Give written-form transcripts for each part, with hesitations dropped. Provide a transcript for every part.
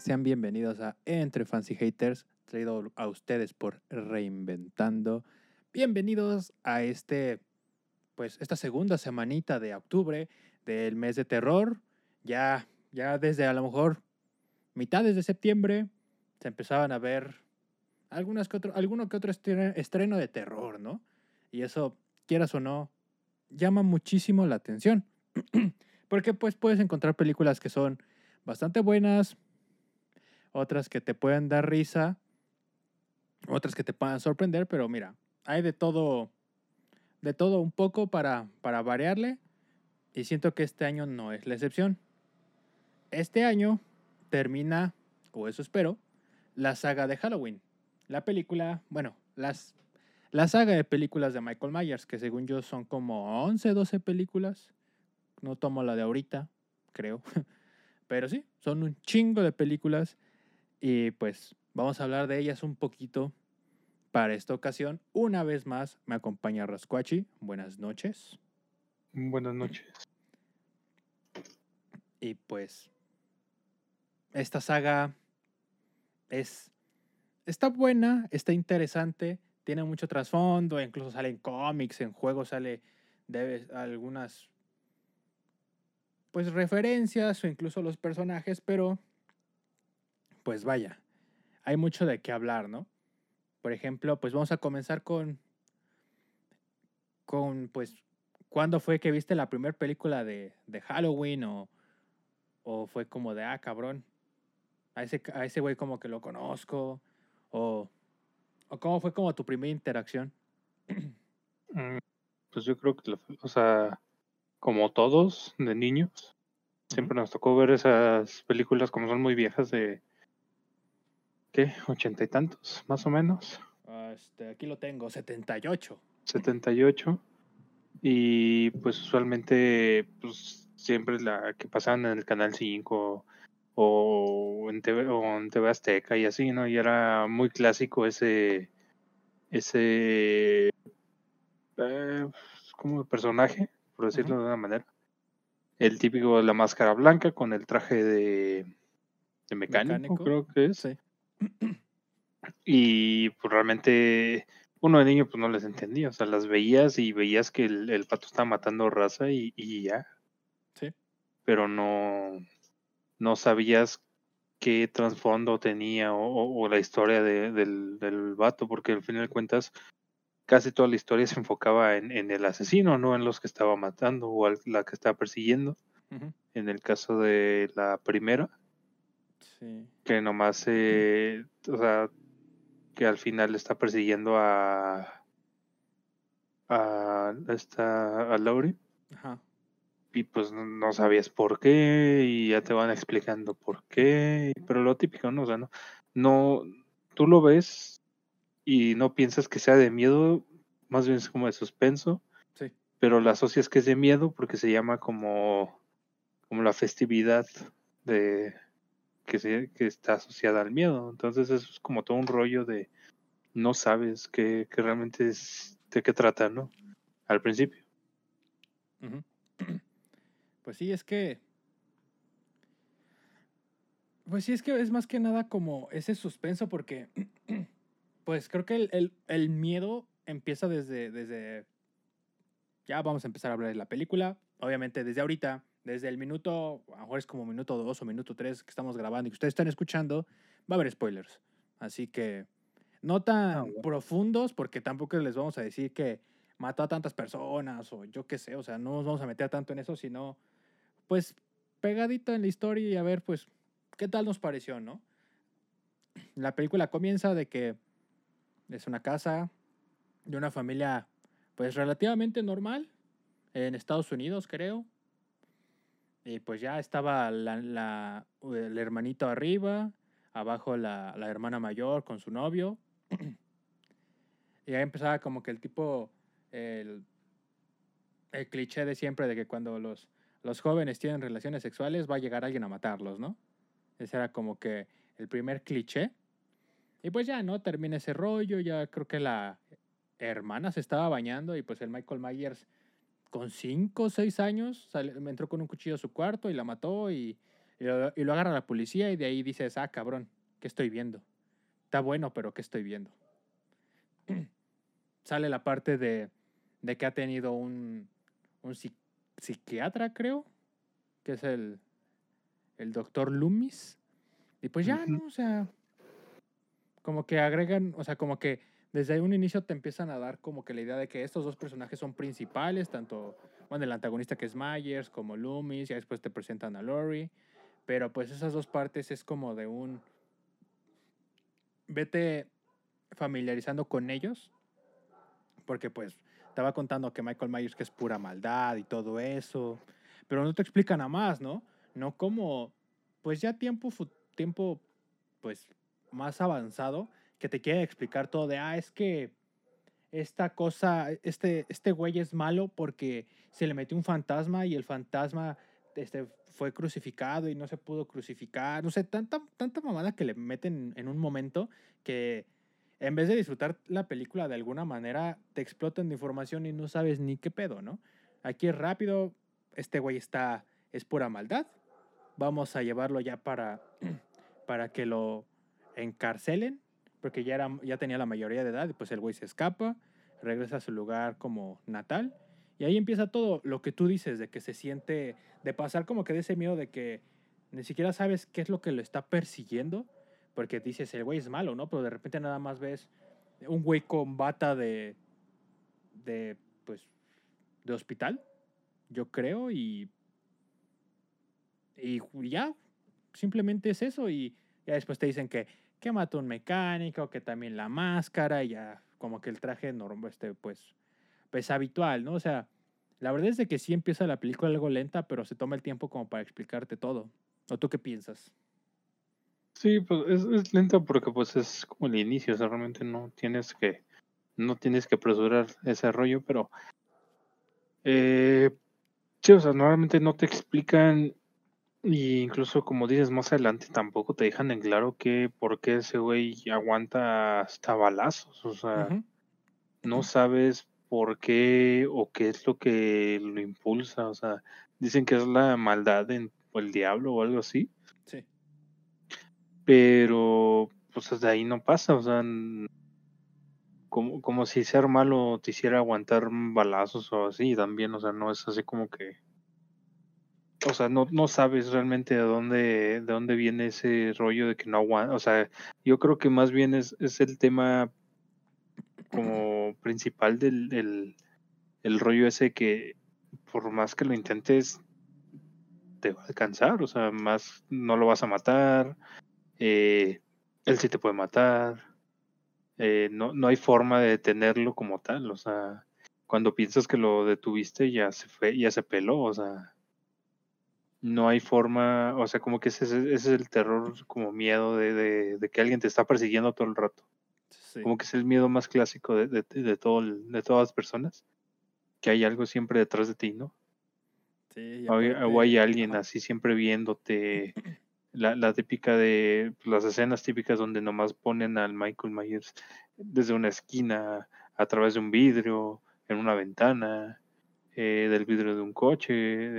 sean bienvenidos a Entre Fans y Haters, traído a ustedes por Reinventando. Bienvenidos a esta segunda semanita de octubre del mes de terror. Ya desde a lo mejor mitades de septiembre se empezaban a ver alguno que otro estreno de terror, ¿no? Y eso, quieras o no, llama muchísimo la atención. Porque pues puedes encontrar películas que son bastante buenas, otras que te pueden dar risa, otras que te puedan sorprender, pero mira, hay de todo un poco para variarle, y siento que este año no es la excepción. Este año termina, o eso espero, la saga de Halloween. La película, bueno, la saga de películas de Michael Myers, que según yo son como 11, 12 películas. No tomo la de ahorita, creo. Pero sí, son un chingo de películas y pues vamos a hablar de ellas un poquito para esta ocasión. Una vez más me acompaña Rascuachi. Buenas noches. Buenas noches. Y pues esta saga es está buena, está interesante, tiene mucho trasfondo, incluso sale en cómics, en juegos sale de algunas pues referencias o incluso los personajes, pero pues vaya, hay mucho de qué hablar, ¿no? Por ejemplo, pues vamos a comenzar con pues, ¿cuándo fue que viste la primera película de Halloween? O fue como de, ah, cabrón, a ese güey como que lo conozco. O, o cómo fue como tu primera interacción. Mm, Pues yo creo que, o sea, como todos de niños, Ujú. siempre nos tocó ver esas películas como son muy viejas de, ¿qué? 80 y tantos, más o menos, Aquí lo tengo, 78. 78. Y pues usualmente, pues siempre la que pasaban en el Canal 5 o en TV Azteca y así, ¿no? Y era muy clásico ese como personaje, por Ujú. decirlo de una manera. El típico de la máscara blanca con el traje de mecánico, Mecánico, creo que es. sí. Y pues realmente uno de niño pues no les entendía, o sea, las veías y veías que el pato estaba matando raza y ya, Sí. pero no sabías qué trasfondo tenía o la historia del vato, porque al final de cuentas casi toda la historia se enfocaba en el asesino, no en los que estaba matando o la que estaba persiguiendo. Ujú. En el caso de la primera, Sí. que nomás, o sea, que al final está persiguiendo a Laurie, Ajá. y pues no sabías por qué, y ya te van explicando por qué, pero lo típico, ¿no? O sea, no, tú lo ves y no piensas que sea de miedo, más bien es como de suspenso, Sí. pero la asocias que es de miedo porque se llama como la festividad de que está asociada al miedo. Entonces eso es como todo un rollo de no sabes qué realmente es, de qué trata, ¿no? Al principio. Ujú. Pues sí, es que. Pues sí, es que es más que nada como ese suspenso porque. Pues creo que el miedo empieza desde. Ya vamos a empezar a hablar de la película. Obviamente desde ahorita, desde el minuto, a lo mejor es como minuto 2 o minuto 3 que estamos grabando y que ustedes están escuchando, va a haber spoilers. Así que no Ah, tan bueno. profundos porque tampoco les vamos a decir que mató a tantas personas o yo qué sé, o sea, no nos vamos a meter tanto en eso, sino pues pegadito en la historia y a ver pues qué tal nos pareció, ¿no? La película comienza de que es una casa de una familia pues relativamente normal en Estados Unidos, creo. Y pues ya estaba el hermanito arriba, abajo la hermana mayor con su novio. Y ahí empezaba como que el, el cliché de siempre de que cuando los jóvenes tienen relaciones sexuales va a llegar alguien a matarlos, ¿no? Ese era como que el primer cliché. Y pues ya, ¿no? Termina ese rollo, ya creo que la hermana se estaba bañando y pues el Michael Myers con 5 o 6 años me entró con un cuchillo a su cuarto y la mató y Y lo agarra la policía y de ahí dices, ah, cabrón, ¿qué estoy viendo? Está bueno, pero ¿qué estoy viendo? Sale la parte de que ha tenido un psiquiatra, creo, que es el doctor Loomis. Y pues ya, Ujú. ¿no? O sea, como que agregan, o sea, como que desde un inicio te empiezan a dar como que la idea de que estos dos personajes son principales, tanto, bueno, el antagonista que es Myers como Loomis, ya después te presentan a Laurie, pero pues esas dos partes es como de un, vete familiarizando con ellos, porque pues estaba contando que Michael Myers que es pura maldad y todo eso, pero no te explican a más, ¿no? No como, pues ya tiempo pues más avanzado, que te quiere explicar todo de, es que esta cosa, este güey es malo porque se le metió un fantasma y el fantasma fue crucificado y no se pudo crucificar. No sé, tanta mamada que le meten en un momento que en vez de disfrutar la película de alguna manera, te explotan de información y no sabes ni qué pedo, ¿no? Aquí es rápido, este güey es pura maldad. Vamos a llevarlo ya para que lo encarcelen, porque ya tenía la mayoría de edad, y pues el güey se escapa, regresa a su lugar como natal, y ahí empieza todo lo que tú dices, de que se siente, de pasar como que de ese miedo de que ni siquiera sabes qué es lo que lo está persiguiendo, porque dices, el güey es malo, ¿no? Pero de repente nada más ves un güey con bata de pues, de hospital, yo creo, y ya, simplemente es eso y ya después te dicen que mató un mecánico, que también la máscara y ya como que el traje normal, pues habitual, ¿no? O sea, la verdad es de que sí empieza la película algo lenta, pero se toma el tiempo como para explicarte todo. ¿O tú qué piensas? Sí, pues es lenta porque pues es como el inicio, o sea, realmente no tienes que apresurar ese rollo, pero sí, o sea, normalmente no te explican, y incluso como dices más adelante, tampoco te dejan en claro que por qué ese güey aguanta hasta balazos, o sea, Ujú. no sabes por qué o qué es lo que lo impulsa, o sea, dicen que es la maldad o el diablo o algo así, Sí. pero pues de ahí no pasa, o sea, como si ser malo te hiciera aguantar balazos o así también, o sea, no es así como que, o sea, no sabes realmente de dónde viene ese rollo de que no aguanta, o sea, yo creo que más bien es el tema como principal el rollo ese que por más que lo intentes, te va a alcanzar, o sea, más no lo vas a matar, él sí te puede matar, no hay forma de detenerlo como tal, o sea, cuando piensas que lo detuviste ya se fue, ya se peló, o sea, no hay forma, o sea, como que ese es el terror, como miedo de que alguien te está persiguiendo todo el rato, Sí. como que es el miedo más clásico de todas las personas, que hay algo siempre detrás de ti, ¿no? Sí, y O hay aparte, alguien ajá. así siempre viéndote, la típica de pues, las escenas típicas donde nomás ponen al Michael Myers desde una esquina, a través de un vidrio, en una ventana, del vidrio de un coche,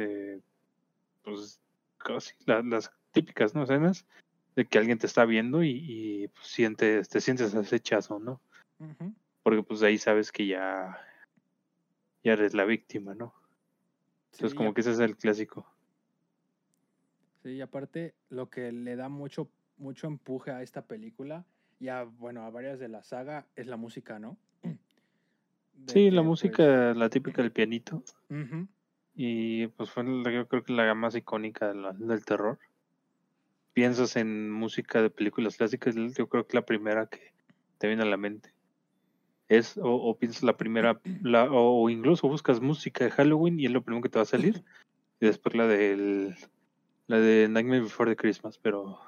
pues casi las típicas, ¿no? Escenas de que alguien te está viendo y pues, te sientes acechazo, ¿no? Ujú. Porque pues de ahí sabes que ya eres la víctima, ¿no? Sí, Entonces como que ese es el clásico. sí, y aparte lo que le da mucho empuje a esta película y bueno, a varias de la saga es la música, ¿no? De Sí, la que pues, música, la típica del pianito. ujú, Y pues yo creo que la más icónica del terror. sí, Piensas en música de películas clásicas, yo creo que la primera que te viene a la mente o piensas la primera, o incluso buscas música de Halloween y es lo primero que te va a salir. Y después la de Nightmare Before the Christmas,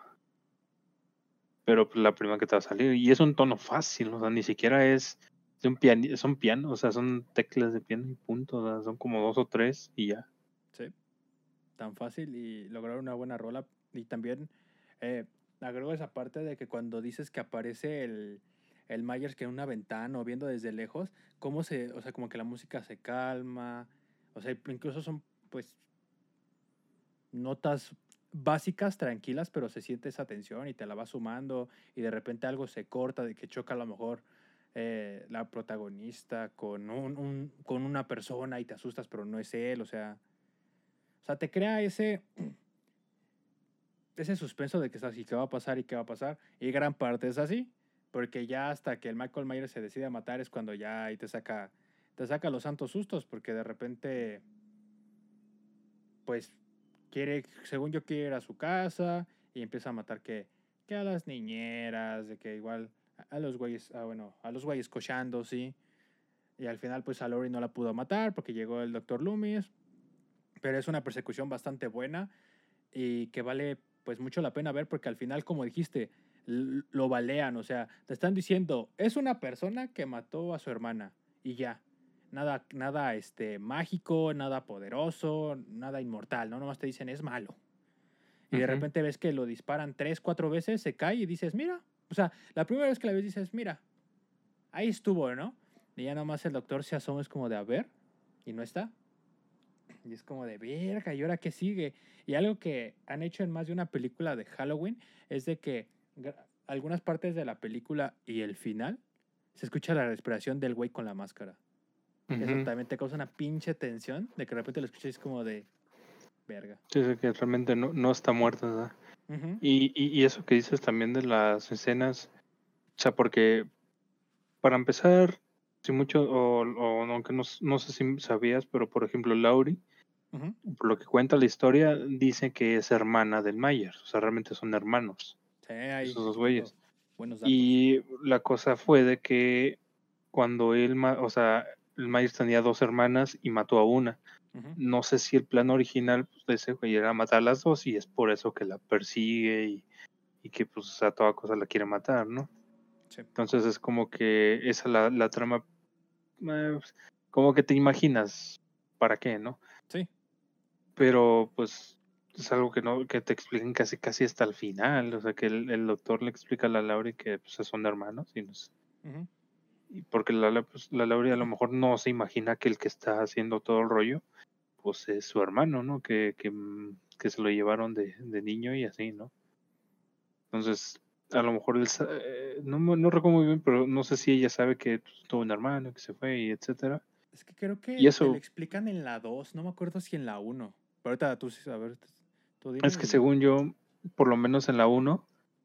pero pues, la primera que te va a salir. Y es un tono fácil, o sea, ni siquiera es de un piano, son pianos, o sea, son teclas de piano y punto, o sea, son como dos o tres y ya. sí, tan fácil y lograr una buena rola. Y también eh, agrego esa parte de que cuando dices que aparece el Myers que en una ventana o viendo desde lejos, o sea, como que la música se calma, o sea, incluso son pues notas básicas, tranquilas, pero se siente esa tensión y te la va sumando y de repente algo se corta, de que choca a lo mejor la protagonista con, con una persona y te asustas, pero no es él, o sea, te crea ese suspenso de que estás y qué va a pasar y qué va a pasar. Y gran parte es así, porque ya hasta que el Michael Myers se decide a matar es cuando ya ahí te saca los santos sustos, porque de repente, pues, quiere, según yo, quiere ir a su casa y empieza a matar que a las niñeras, de que igual a los güeyes, bueno, a los güeyes cochando, sí. Y al final, pues, a Laurie no la pudo matar porque llegó el Dr. Loomis, pero es una persecución bastante buena y que vale pues mucho la pena ver porque al final, como dijiste, lo balean, o sea, te están diciendo, es una persona que mató a su hermana y ya. Nada, nada mágico, nada poderoso, nada inmortal, ¿no? Nomás te dicen es malo. Y de Ujú. repente ves que lo disparan 3, 4 veces, se cae y dices, mira. O sea, la primera vez que la ves dices, mira, ahí estuvo, ¿no? Y ya nomás el doctor se asoma, es como de a ver, y no está. Y es como de verga, ¿y ahora qué sigue? Y algo que han hecho en más de una película de Halloween es de que algunas partes de la película y el final se escucha la respiración del güey con la máscara. Eso Ujú. también te causa una pinche tensión de que de repente lo escuchas y es como de verga. Sí, sí, que realmente no está muerta, ¿verdad? Ujú, Y eso que dices también de las escenas, o sea, porque para empezar, si mucho, o aunque no sé si sabías, pero por ejemplo, Laurie, ujú. por lo que cuenta la historia, dice que es hermana del Myers, o sea, realmente son hermanos, Sí, ahí esos dos tengo güeyes. buenos datos. Y la cosa fue de que cuando o sea, el Myers tenía dos hermanas y mató a una. Ujú, No sé si el plan original pues, de ese güey era matar a las dos y es por eso que la persigue y que pues a toda cosa la quiere matar, ¿no? sí, Entonces es como que esa la trama, pues, como que te imaginas para qué, ¿no? sí. Pero pues es algo que no, que te explican casi hasta el final, o sea que el doctor le explica a la Laurie que pues son hermanos y no sé. Ujú, Y porque pues, la Laurie a lo mejor no se imagina que el que está haciendo todo el rollo pues es su hermano, ¿no? Que se lo llevaron de niño y así, ¿no? Entonces, a lo mejor no recuerdo muy bien, pero no sé si ella sabe que pues, tuvo un hermano que se fue y etcétera. es que creo que Y te lo eso, explican en la 2, no me acuerdo si en la uno. Pero ahorita tú, a ver, tú dime es que y... según yo, por lo menos en la uno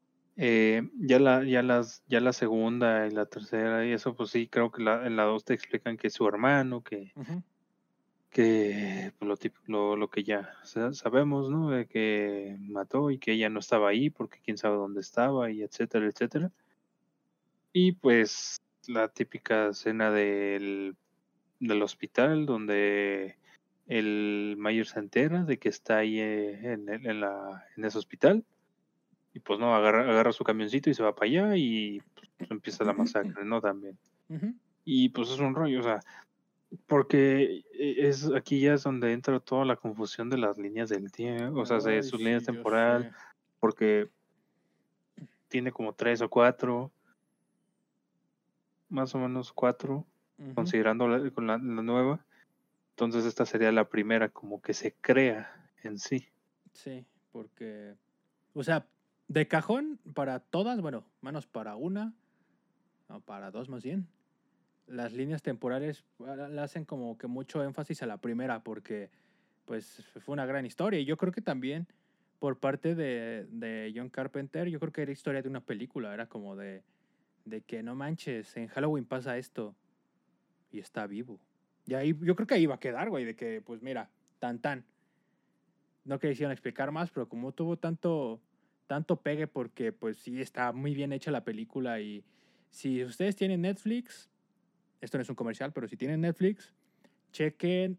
ya la segunda y la tercera y eso, pues sí, creo que en la 2 te explican que es su hermano, Ujú, que pues, lo que ya sabemos, ¿no? De que mató y que ella no estaba ahí porque quién sabe dónde estaba y etcétera, etcétera. Y pues la típica escena del hospital donde el Mayer se entera de que está ahí en ese hospital y pues no, agarra su camioncito y se va para allá y pues, empieza la masacre, ¿no? También. ujú. Y pues es un rollo, o sea, porque es aquí ya es donde entra toda la confusión de las líneas del tiempo, o sea, de Ay, sus líneas sí, yo temporal, sé. porque tiene como tres o cuatro, más o menos cuatro, Ujú, considerando con la nueva. Entonces esta sería la primera como que se crea en sí. sí, porque, o sea, de cajón para todas, bueno, menos para una, o para dos más bien, las líneas temporales le hacen como que mucho énfasis a la primera porque, pues, fue una gran historia. Y yo creo que también por parte de John Carpenter, yo creo que era historia de una película, era como de que no manches, en Halloween pasa esto y está vivo. Y ahí, yo creo que ahí va a quedar, güey, de que, pues mira, tan tan. No quisieron explicar más, pero como tuvo tanto pegue porque pues sí está muy bien hecha la película y si ustedes tienen Netflix, esto no es un comercial, pero si tienen Netflix, chequen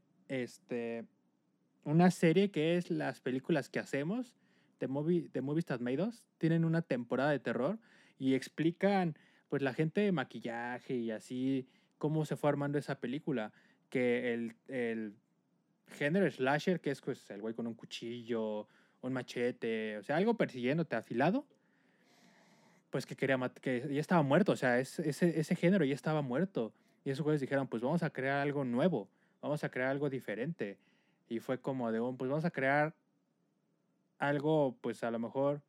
una serie que es las películas que hacemos de Movies That Made Us. Tienen una temporada de terror y explican pues la gente de maquillaje y así cómo se fue armando esa película, que el género slasher, que es pues el güey con un cuchillo, un machete, o sea, algo persiguiéndote afilado, pues que quería que ya estaba muerto, o sea, ese género ya estaba muerto. Y esos güeyes dijeron, pues vamos a crear algo nuevo, vamos a crear algo diferente. Y fue como de, pues vamos a crear algo, pues a lo mejor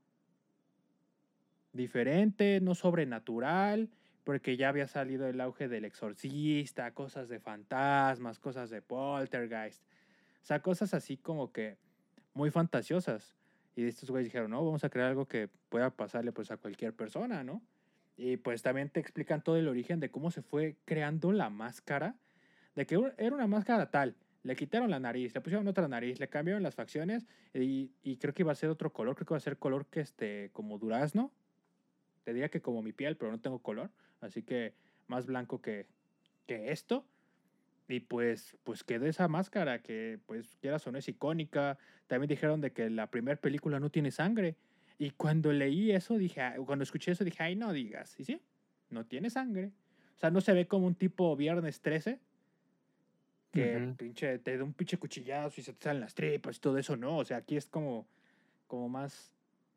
diferente, no sobrenatural, porque ya había salido el auge del exorcista, cosas de fantasmas, cosas de poltergeist, o sea, cosas así como que muy fantasiosas. Y estos güeyes dijeron, no, vamos a crear algo que pueda pasarle pues a cualquier persona, ¿no? Y pues también te explican todo el origen de cómo se fue creando la máscara, de que era una máscara tal, le quitaron la nariz, le pusieron otra nariz, le cambiaron las facciones y creo que iba a ser otro color, creo que iba a ser color que como durazno, te diría que como mi piel, pero no tengo color, así que más blanco que esto. Y pues quedó esa máscara que, pues, quieras o no, es icónica. También dijeron de que la primera película no tiene sangre. Y cuando leí eso, cuando escuché eso, dije, ay, no digas. Y sí, no tiene sangre. O sea, no se ve como un tipo Viernes 13, que Ujú. pinche, te da un pinche cuchillazo y se te salen las tripas y todo eso, no. O sea, aquí es como más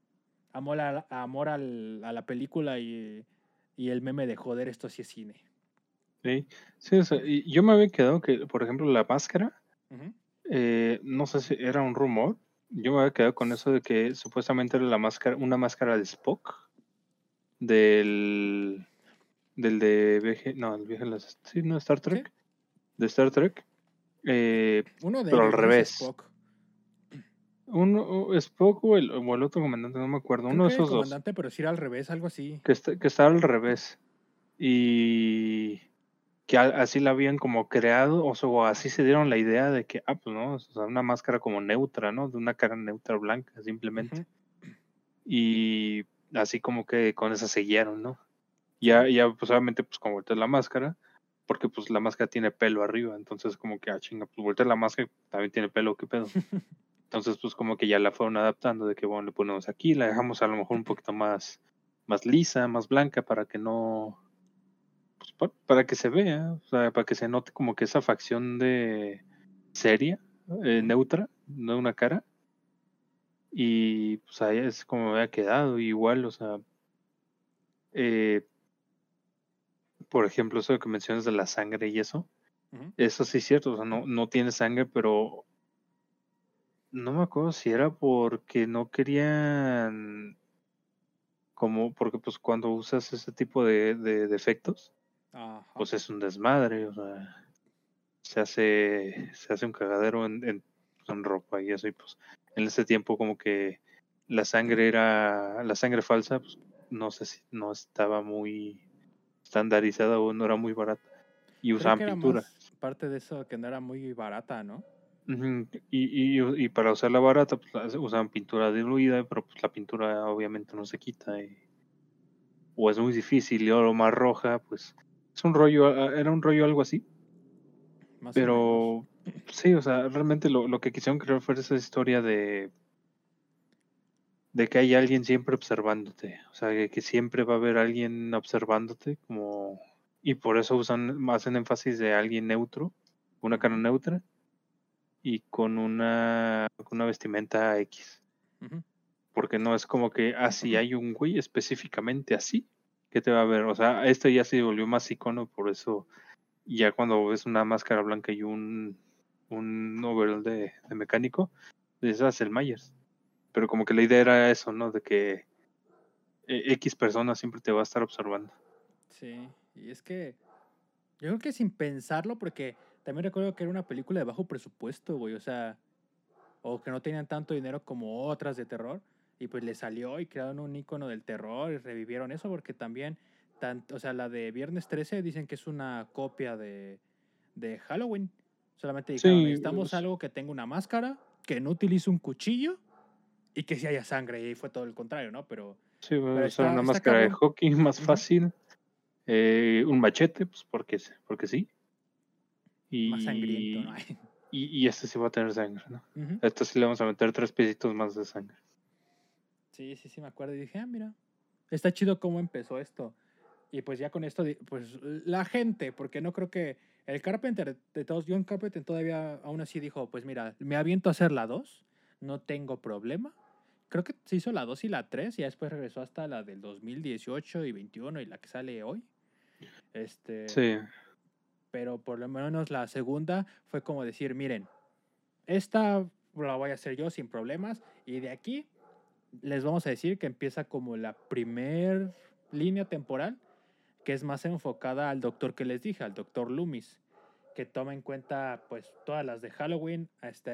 amor a la película y el meme de joder, esto sí es cine. Sí, sí, o sea, y yo me había quedado que, por ejemplo, la máscara, Ujú. no sé si era un rumor, yo me había quedado con eso de que supuestamente era la máscara, una máscara de Spock, del, del de no, el viaje de las, sí, no, Star Sí, Trek, de Star Trek, uno de pero al ellos, no es revés. Spock. Spock o el otro comandante, no me acuerdo, Creo uno de que era el esos dos, comandante, pero sí era al revés, algo así. que está al revés. Y que así la habían como creado, o sea, o así se dieron la idea de que, pues no, o sea, una máscara como neutra, ¿no? De una cara neutra blanca, simplemente. Ujú. Y así como que con esa se guiaron, ¿no? Sí. Ya, pues obviamente, pues como volteas la máscara, porque pues la máscara tiene pelo arriba, entonces como que, chinga, pues volteas la máscara, también tiene pelo, ¿qué pedo? Entonces, pues como que ya la fueron adaptando de que, bueno, le ponemos aquí, la dejamos a lo mejor un poquito más lisa, más blanca, para que no, pues, para que se vea, o sea, para que se note como que esa facción de seria, Ujú. neutra, no una cara. Y pues ahí es como me había quedado, igual, o sea, eh, por ejemplo, eso que mencionas de la sangre y Ujú. eso sí es cierto, o sea, no tiene sangre, pero no me acuerdo si era porque no querían, como, porque pues cuando usas ese tipo de efectos, Ajá. pues es un desmadre, o sea, se hace un cagadero en ropa y eso, y pues en ese tiempo como que la sangre falsa, pues no sé si no estaba muy estandarizada o no era muy barata y Creo usaban que era pintura. más parte de eso que no era muy barata, ¿no? Ujú. Y para usarla barata, pues usaban pintura diluida, pero pues la pintura obviamente no se quita o es muy difícil y ahora más roja, pues es un rollo, era un rollo algo así. Más o menos. Pero sí, o sea, realmente lo que quisieron crear fue esa historia de que hay alguien siempre observándote. O sea, que siempre va a haber alguien observándote, como, y por eso hacen énfasis de alguien neutro, una cara Ujú. neutra, y con una vestimenta X. Ujú. Porque no es como que, si hay un güey específicamente así, ¿qué te va a ver? O sea, este ya se volvió más icono, por eso ya cuando ves una máscara blanca y un overall de mecánico, dices, es el Myers. Pero como que la idea era eso, ¿no? De que X persona siempre te va a estar observando. Sí. Y es que yo creo que sin pensarlo, porque también recuerdo que era una película de bajo presupuesto, güey. O sea, o que no tenían tanto dinero como otras de terror. Y pues le salió y crearon un icono del terror y revivieron eso, porque también, o sea, la de Viernes 13 dicen que es una copia de Halloween. Solamente dijeron, Sí, necesitamos algo que tenga una máscara, que no utilice un cuchillo y que sí haya sangre. Y fue todo el contrario, ¿no? sí, voy a Pero usar una está máscara de cabrón. hockey más Ujú. fácil. Un machete, pues porque sí. Más sangriento, ¿no? Y, y este sí va a tener sangre, ¿no? Ujú. A este sí le vamos a meter 3 pesitos más de sangre. Sí, sí, sí, me acuerdo. Y dije, mira, está chido cómo empezó esto. Y pues ya con esto, pues la gente, porque no creo que el Carpenter, de todos, John Carpenter todavía aún así dijo, pues mira, me aviento a hacer la 2 no tengo problema. Creo que se hizo la 2 y la 3 y ya después regresó hasta la del 2018 y 21 y la que sale hoy. Este, Sí, pero por lo menos la segunda fue como decir, miren, esta lo voy a hacer yo sin problemas. Y de aquí les vamos a decir que empieza como la primer línea temporal, que es más enfocada al doctor que les dije, al doctor Loomis, que toma en cuenta pues todas las de Halloween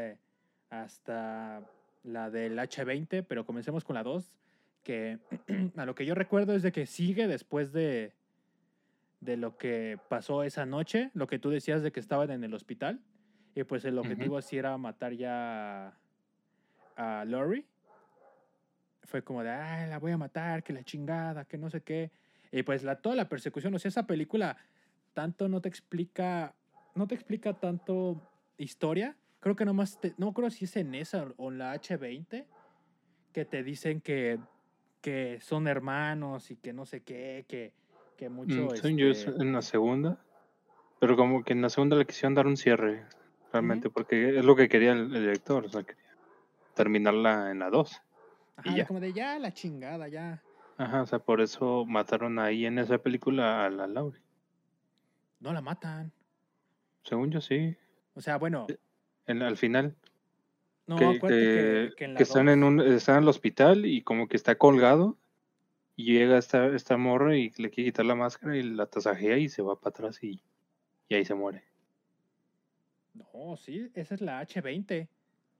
hasta la del H20, pero comencemos con la 2, que a lo que yo recuerdo es de que sigue después de lo que pasó esa noche, lo que tú decías de que estaban en el hospital, y pues el Ujú. objetivo sí era matar ya a Lori. Fue como de, ay, la voy a matar, que la chingada, que no sé qué. Y pues toda la persecución, o sea, esa película tanto no te explica tanto historia. Creo que nomás, no creo si es en esa o en la H20, que te dicen que son hermanos y que no sé qué, que mucho, Según yo es en la segunda, pero como que en la segunda le quisieron dar un cierre, Ujú. realmente, porque es lo que quería el director, o sea, quería terminarla en la 2 y Ajá, de ya. como de ya la chingada, ya. Ajá, o sea, por eso mataron ahí en esa película a la Laurie. No la matan. Según yo sí, O sea, bueno, al final, no, que, acuérdate que, que en que la dos. están en el hospital y como que está colgado y llega esta morra y le quiere quitar la máscara y la tasajea y se va para atrás y ahí se muere. No, sí, esa es la H20.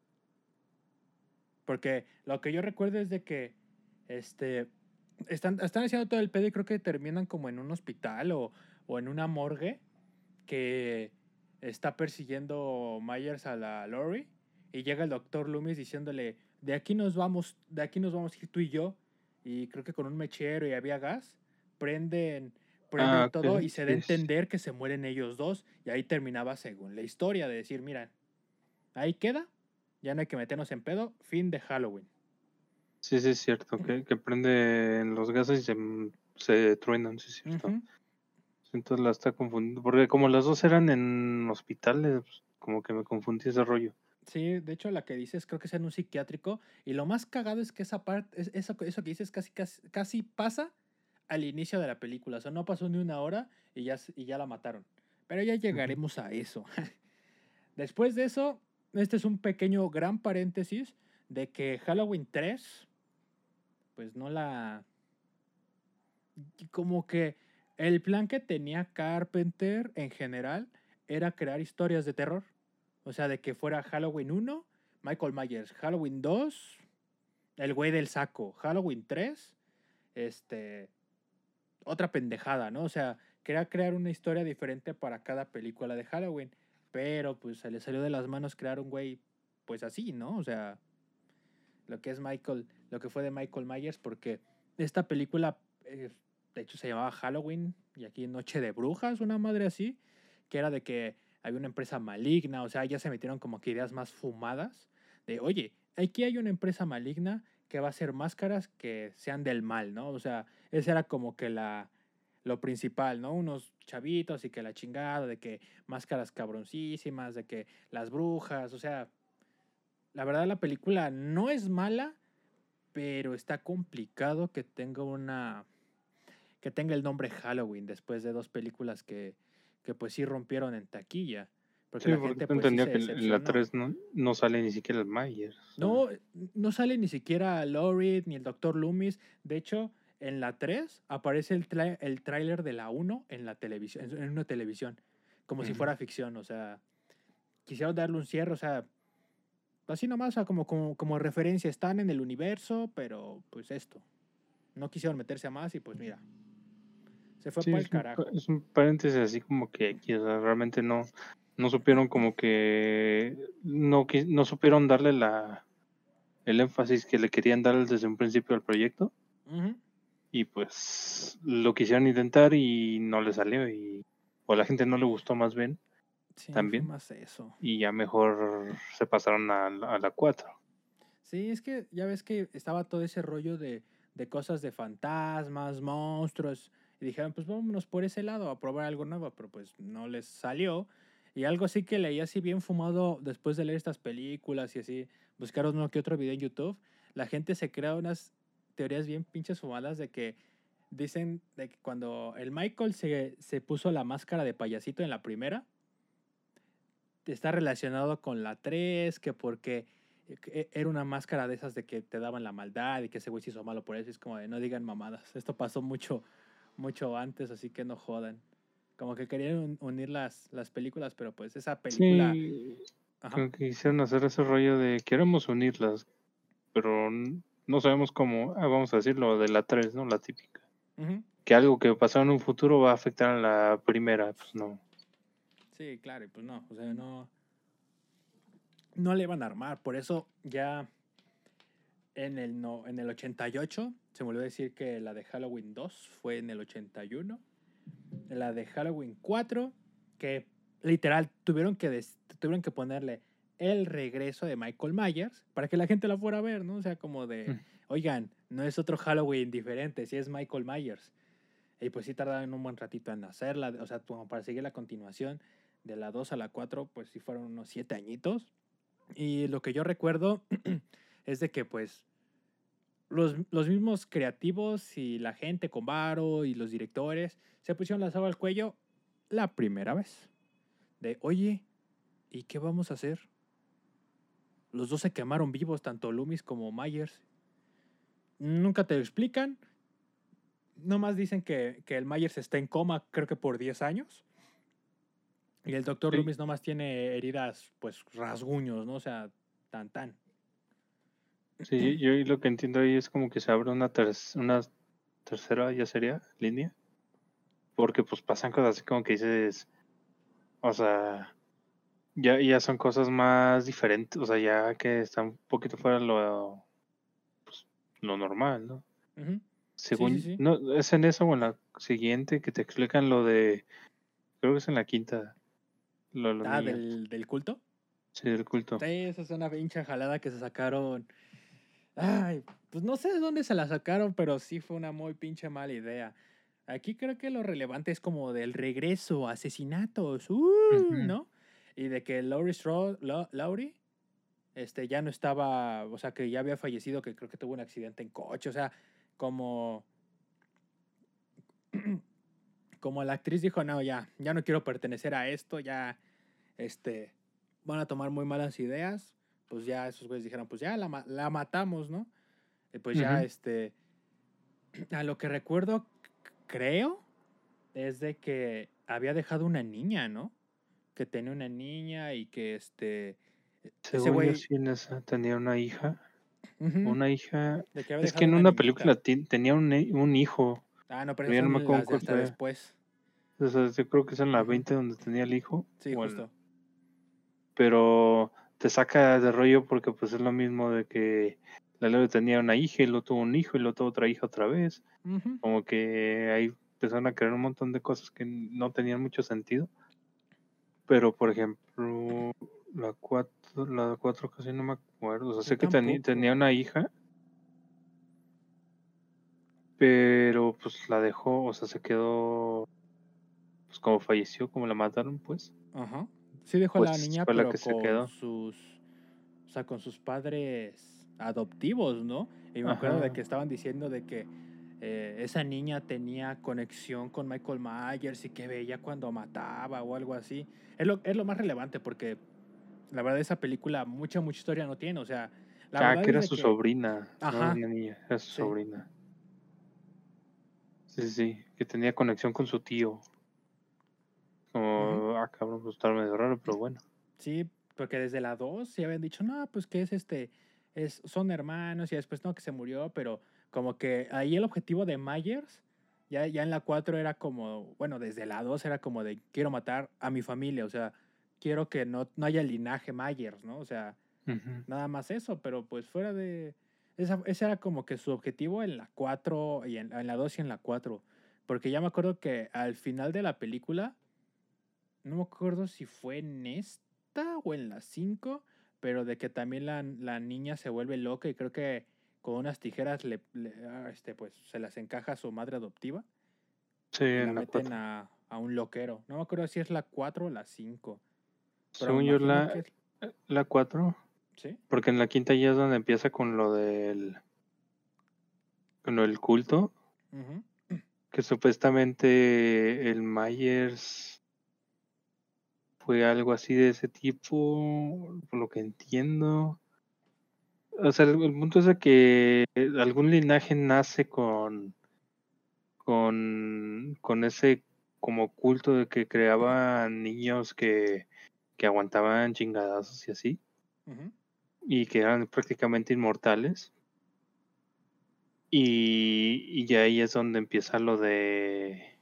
Porque lo que yo recuerdo es de que este, están haciendo todo el pedo y creo que terminan como en un hospital o en una morgue que está persiguiendo Myers a la Lori y llega el doctor Loomis diciéndole, de aquí nos vamos a ir tú y yo. Y creo que con un mechero y había gas, prenden, prenden Ah, todo ok, y se da a sí, sí, entender que se mueren ellos dos y ahí terminaba según la historia de decir, mira, ahí queda, ya no hay que meternos en pedo, fin de Halloween. sí, sí es cierto, que prenden los gases y se truenan, sí es cierto. Ujú. Entonces la está confundiendo, porque como las dos eran en hospitales, pues, como que me confundí ese rollo. Sí, de hecho la que dices creo que es en un psiquiátrico y lo más cagado es que esa parte, eso que dices casi pasa al inicio de la película, o sea, no pasó ni una hora y ya la mataron. Pero ya Ujú. llegaremos a eso. Después de eso, este es un pequeño gran paréntesis de que Halloween 3 pues no la... Como que el plan que tenía Carpenter en general era crear historias de terror. O sea, de que fuera Halloween 1, Michael Myers, Halloween 2, el güey del saco, Halloween 3, este, otra pendejada, ¿no? O sea, quería crear una historia diferente para cada película de Halloween. Pero pues se le salió de las manos crear un güey, pues así, ¿no? O sea, lo que fue de Michael Myers, porque esta película, de hecho, se llamaba Halloween y aquí Noche de Brujas, una madre así, que era de que había una empresa maligna, o sea, ya se metieron como que ideas más fumadas de, oye, aquí hay una empresa maligna que va a hacer máscaras que sean del mal, ¿no? O sea, esa era como que lo principal, ¿no? Unos chavitos y que la chingada, de que máscaras cabroncísimas, de que las brujas, o sea, la verdad la película no es mala, pero está complicado que tenga el nombre Halloween después de dos películas que pues sí rompieron en taquilla, porque Sí, la porque gente te pues sí entendía se que en la decepcionó. 3 no sale ni siquiera el Myers. O No, sea, no sale ni siquiera Laurie ni el Doctor Loomis. De hecho, en la 3 aparece el tráiler de la uno en la televisión, en una televisión, como si ujú. fuera ficción. O sea, quisieron darle un cierre, o sea, así nomás, o sea, como referencia. Están en el universo, pero pues esto. No quisieron meterse a más y pues mira, se fue Sí, para el carajo. es un paréntesis así como que aquí, o sea, realmente no supieron como que no supieron darle el énfasis que le querían dar desde un principio al proyecto Ujú. y pues lo quisieron intentar y no le salió o a la gente no le gustó más bien Sí, fue también más eso. y ya mejor se pasaron a la 4. Sí, es que ya ves que estaba todo ese rollo de cosas de fantasmas, monstruos, y dijeron, pues vámonos por ese lado a probar algo nuevo, pero pues no les salió. Y algo así que leí así bien fumado después de leer estas películas y así, buscaron uno que otro video en YouTube, la gente se crea unas teorías bien pinches fumadas de que dicen de que cuando el Michael se puso la máscara de payasito en la primera, está relacionado con la 3 que porque era una máscara de esas de que te daban la maldad y que ese güey se hizo malo por eso. Es como de no digan mamadas. Esto pasó mucho antes, así que no jodan. Como que querían unir las películas, pero pues esa película. Sí, Ajá. como que quisieron hacer ese rollo de queremos unirlas, pero no sabemos cómo, vamos a decirlo de la 3, ¿no? La típica. Ujú. Que algo que pasó en un futuro va a afectar a la primera, pues no. Sí, claro, y pues no. O sea, no le iban a armar. Por eso ya en el 88 se me olvidó decir que la de Halloween 2 fue en el 81. La de Halloween 4, que literal tuvieron que ponerle el regreso de Michael Myers para que la gente la fuera a ver, ¿no? O sea, como de, Mm. oigan, no es otro Halloween diferente, si es Michael Myers. Y pues sí tardaron un buen ratito en hacerla, o sea, como para seguir la continuación de la 2 a la 4, pues sí fueron unos 7 añitos. Y lo que yo recuerdo es de que pues los mismos creativos y la gente con varo y los directores se pusieron la soga al cuello la primera vez. De, oye, ¿y qué vamos a hacer? Los dos se quemaron vivos, tanto Loomis como Myers. Nunca te lo explican. Nomás dicen que el Myers está en coma, creo que por 10 años. Y el doctor Sí, Loomis nomás tiene heridas, pues rasguños, ¿no? O sea, tan. sí, yo lo que entiendo ahí es como que se abre una tercera, ya sería, línea. Porque pues pasan cosas así como que dices, o sea, ya son cosas más diferentes, o sea, ya que están un poquito fuera de lo normal, ¿no? Ujú. Sí, sí, Según, sí. no, es en esa o en la siguiente que te explican lo de, creo que es en la quinta, lo de los Ah, niños, del culto. sí, del culto. Sí, esa es una pinche jalada que se sacaron. Ay, pues no sé de dónde se la sacaron, pero sí fue una muy pinche mala idea. Aquí creo que lo relevante es como del regreso, asesinatos, Ujú. ¿no? Y de que Laurie ya no estaba, o sea, que ya había fallecido, que creo que tuvo un accidente en coche, o sea, como, como la actriz dijo, no, ya no quiero pertenecer a esto, ya, este, van a tomar muy malas ideas, pues ya esos güeyes dijeron, pues ya la matamos, ¿no? Y pues ya, Ujú. a lo que recuerdo, creo, es de que había dejado una niña, ¿no? Que tenía una niña y que ese Según yo güey, sí en esa tenía ujú, una hija, de que había es que dejado en una una película niñita. tenía un hijo, Ah, no, pero pero esas ya no me son acuerdo las de cuál hasta fue. después. O sea, yo creo que es en la Ujú. 20 donde tenía el hijo, Sí, justo. pero te saca de rollo porque pues es lo mismo de que la Leo tenía una hija y luego tuvo un hijo y luego tuvo otra hija otra vez. Ujú. Como que ahí empezaron a crear un montón de cosas que no tenían mucho sentido. Pero por ejemplo, la cuatro casi no me acuerdo. O sea, Yo sé que tenía tampoco. una hija, pero pues la dejó, o sea, se quedó, pues como falleció, como la mataron, pues, Ajá. Sí dejó a la pues niña, fue la pero que se quedó. o sea, con sus padres adoptivos, ¿no? Y me acuerdo de Ajá. que estaban diciendo de que esa niña tenía conexión con Michael Myers y que veía cuando mataba o algo así. Es lo más relevante porque la verdad esa película mucha historia no tiene. O sea, la Ah, verdad que es era de su que, sobrina, no era ajá, una niña, era su sí. sobrina. Sí, sí, sí, que tenía conexión con su tío. Ujú. Como, cabrón, pues está medio raro, pero bueno. Sí, porque desde la 2 sí habían dicho, no, pues que son hermanos y después no, que se murió, pero como que ahí el objetivo de Myers, ya en la 4 era como, bueno, desde la 2 era como de, quiero matar a mi familia, o sea, quiero que no haya linaje Myers, ¿no? O sea, Ujú. nada más eso, pero pues fuera de, ese era como que su objetivo en la 4 y en la 2 y en la 4, porque ya me acuerdo que al final de la película, no me acuerdo si fue en esta o en la 5, pero de que también la niña se vuelve loca y creo que con unas tijeras pues se las encaja a su madre adoptiva Sí, y la en la meten 4. a un loquero. No me acuerdo si es la 4 o la 5, pero me Según yo, imagino que la 4, sí. porque en la quinta ya es donde empieza con lo del culto, Ujú. que supuestamente el Myers fue algo así de ese tipo, por lo que entiendo. O sea, el punto es de que algún linaje nace con ese como culto de que creaban niños que aguantaban chingadazos y así, Ujú. y que eran prácticamente inmortales. Y ya ahí es donde empieza lo de...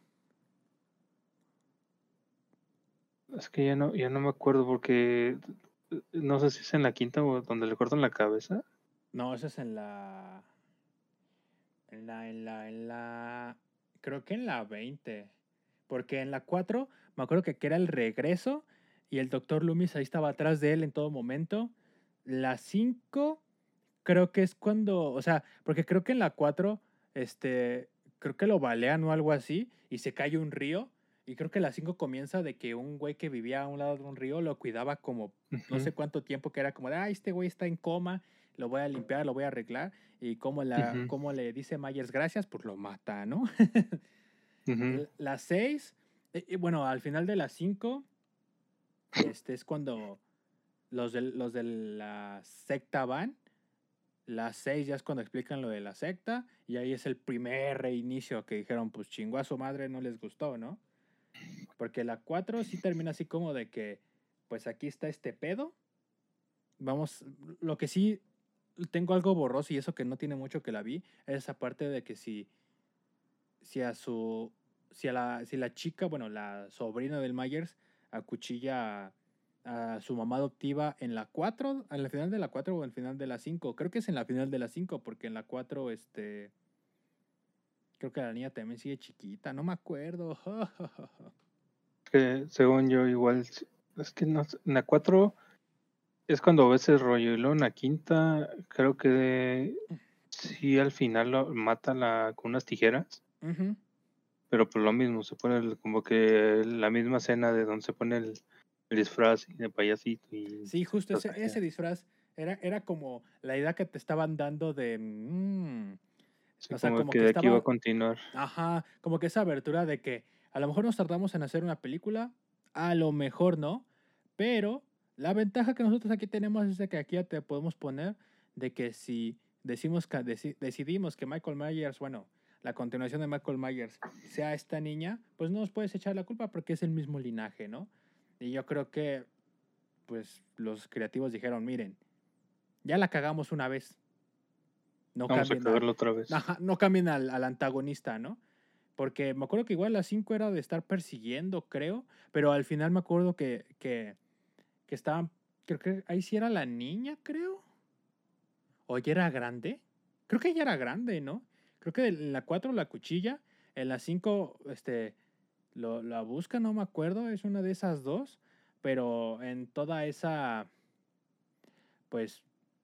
Es que ya no me acuerdo porque no sé si es en la quinta o donde le cortan la cabeza. No, eso es en la, creo que en la 20. Porque en la 4 me acuerdo que era el regreso y el doctor Loomis ahí estaba atrás de él en todo momento. La 5 creo que es cuando, o sea, porque creo que en la 4 creo que lo balean o algo así y se cae un río. Y creo que la 5 comienza de que un güey que vivía a un lado de un río lo cuidaba como no Ujú, sé cuánto tiempo, que era como de, este güey está en coma, lo voy a limpiar, lo voy a arreglar. Y ujú, como le dice Myers gracias, pues lo mata, ¿no? ujú. La 6 bueno, al final de la 5 es cuando los de la secta van. La 6 ya es cuando explican lo de la secta. Y ahí es el primer reinicio que dijeron, pues chingó a su madre, no les gustó, ¿no? Porque la 4 sí termina así como de que, pues aquí está este pedo. Vamos, lo que sí tengo algo borroso y eso que no tiene mucho que la vi, es esa parte de que si a su, si la chica, bueno, la sobrina del Myers acuchilla a su mamá adoptiva en la 4 en la final de la 4 o en el final de la 5. Creo que es en la final de la 5 porque en la 4 creo que la niña también sigue chiquita, no me acuerdo. Que según yo igual, es que no, en la 4 es cuando ves el rollo y luego en la quinta creo que sí al final lo mata con unas tijeras, Ujú. pero por lo mismo se pone como que la misma escena de donde se pone el disfraz de payasito y Sí, se justo ese tasajea. disfraz era como la idea que te estaban dando de... Sí, o sea, como como que que de aquí va a estaba... continuar. Ajá, como que esa abertura de que a lo mejor nos tardamos en hacer una película, a lo mejor no, pero la ventaja que nosotros aquí tenemos es de que aquí ya te podemos poner de que si decidimos que Michael Myers, bueno, la continuación de Michael Myers sea esta niña, pues no nos puedes echar la culpa porque es el mismo linaje, ¿no? Y yo creo que, pues, los creativos dijeron, miren, ya la cagamos una vez, no Vamos a cambien al, cagarlo otra vez. ajá, no cambien al antagonista, ¿no? Porque me acuerdo que igual la 5 era de estar persiguiendo, creo. Pero al final me acuerdo que estaban. Creo que ahí sí era la niña, creo. O ya era grande. Creo que ya era grande, ¿no? Creo que en la 4 la cuchilla. En la 5 la busca, no me acuerdo. Es una de esas dos. Pero en toda esa. Pues.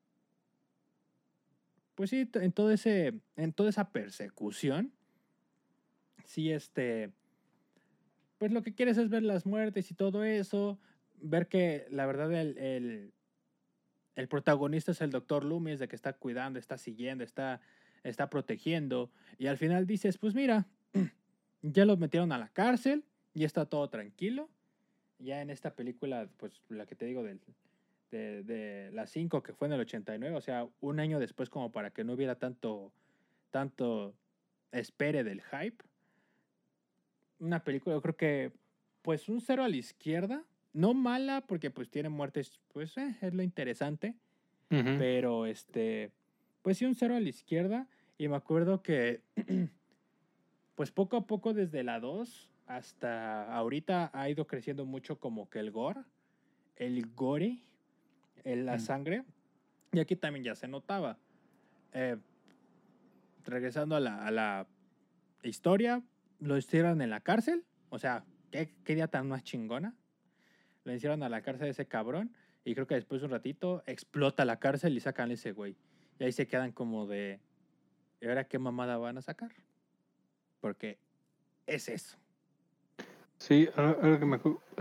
Pues sí, en todo ese. En toda esa persecución. Sí, pues lo que quieres es ver las muertes y todo eso, ver que la verdad el protagonista es el doctor Loomis, de que está cuidando, está siguiendo, está protegiendo, y al final dices, pues mira, ya lo metieron a la cárcel, ya está todo tranquilo, ya en esta película, pues la que te digo de las 5 que fue en el 89, o sea, un año después como para que no hubiera tanto espere del hype, una película, yo creo que, pues un cero a la izquierda. No mala, porque pues tiene muertes, pues es lo interesante. Ujú. Pero pues sí, un cero a la izquierda. Y me acuerdo que, pues poco a poco desde la 2 hasta ahorita ha ido creciendo mucho como que el gore, la Mm. sangre. Y aquí también ya se notaba. Eh, regresando a la historia, lo hicieron en la cárcel. O sea, qué día tan más chingona. Lo hicieron a la cárcel de ese cabrón. Y creo que después de un ratito explota la cárcel y sacan a ese güey. Y ahí se quedan como de, ¿y ahora qué mamada van a sacar? Porque es eso. Sí, ahora que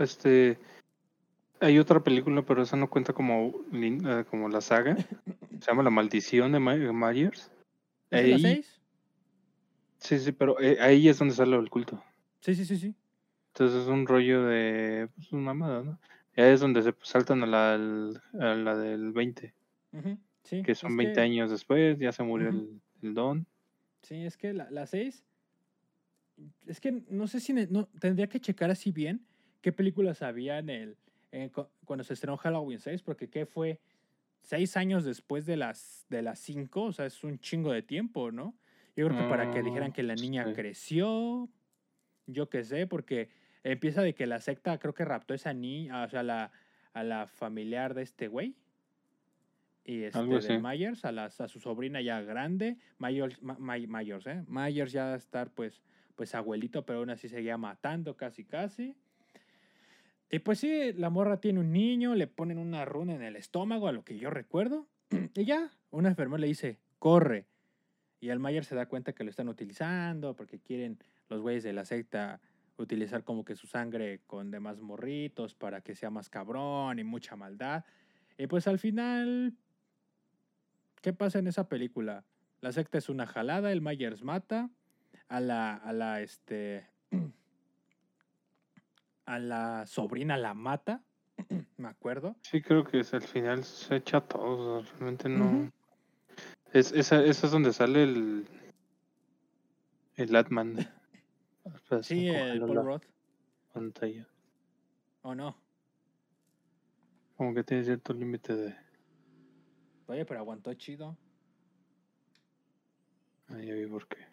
hay otra película, pero esa no cuenta como, como la saga. Se llama La Maldición de Myers. ¿Esa es la Ahí, 6? sí, sí, pero ahí es donde sale el culto. Sí, sí, sí, sí. Entonces es un rollo de, pues, una mamada, ¿no? Y ahí es donde se saltan a la del 20. Ujú. Sí, que son 20 años después, ya se murió ujú, el Don. sí, es que la 6, es que no sé si no, tendría que checar así bien qué películas había cuando se estrenó Halloween 6, porque qué fue 6 años después de las 5, o sea, es un chingo de tiempo, ¿no? Yo creo que para que dijeran que la niña Sí, creció, yo qué sé, porque empieza de que la secta creo que raptó a esa niña, o sea, a la familiar de este güey y algo del así. Myers, a su sobrina ya grande, Myers ya estar pues abuelito, pero aún así seguía matando casi casi. Y pues sí, la morra tiene un niño, le ponen una runa en el estómago, a lo que yo recuerdo, y ya, una enfermera le dice, corre. Y el Myers se da cuenta que lo están utilizando porque quieren los güeyes de la secta utilizar como que su sangre con demás morritos para que sea más cabrón y mucha maldad. Y pues al final, ¿qué pasa en esa película? La secta es una jalada, el Myers mata a la sobrina la mata, me acuerdo. Sí, creo que es al final se echa a todos, realmente Ujú. no. Esa es donde sale el Atman. Pues Sí, el encogerlo Paul la Roth, pantalla. ¿o no? Como que tiene cierto límite de. Oye, pero aguantó chido. Ahí ya vi por qué.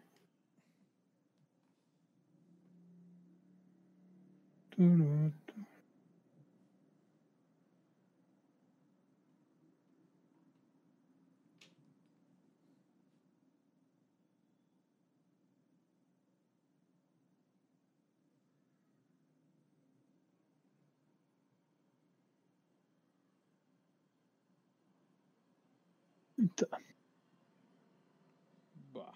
Bah,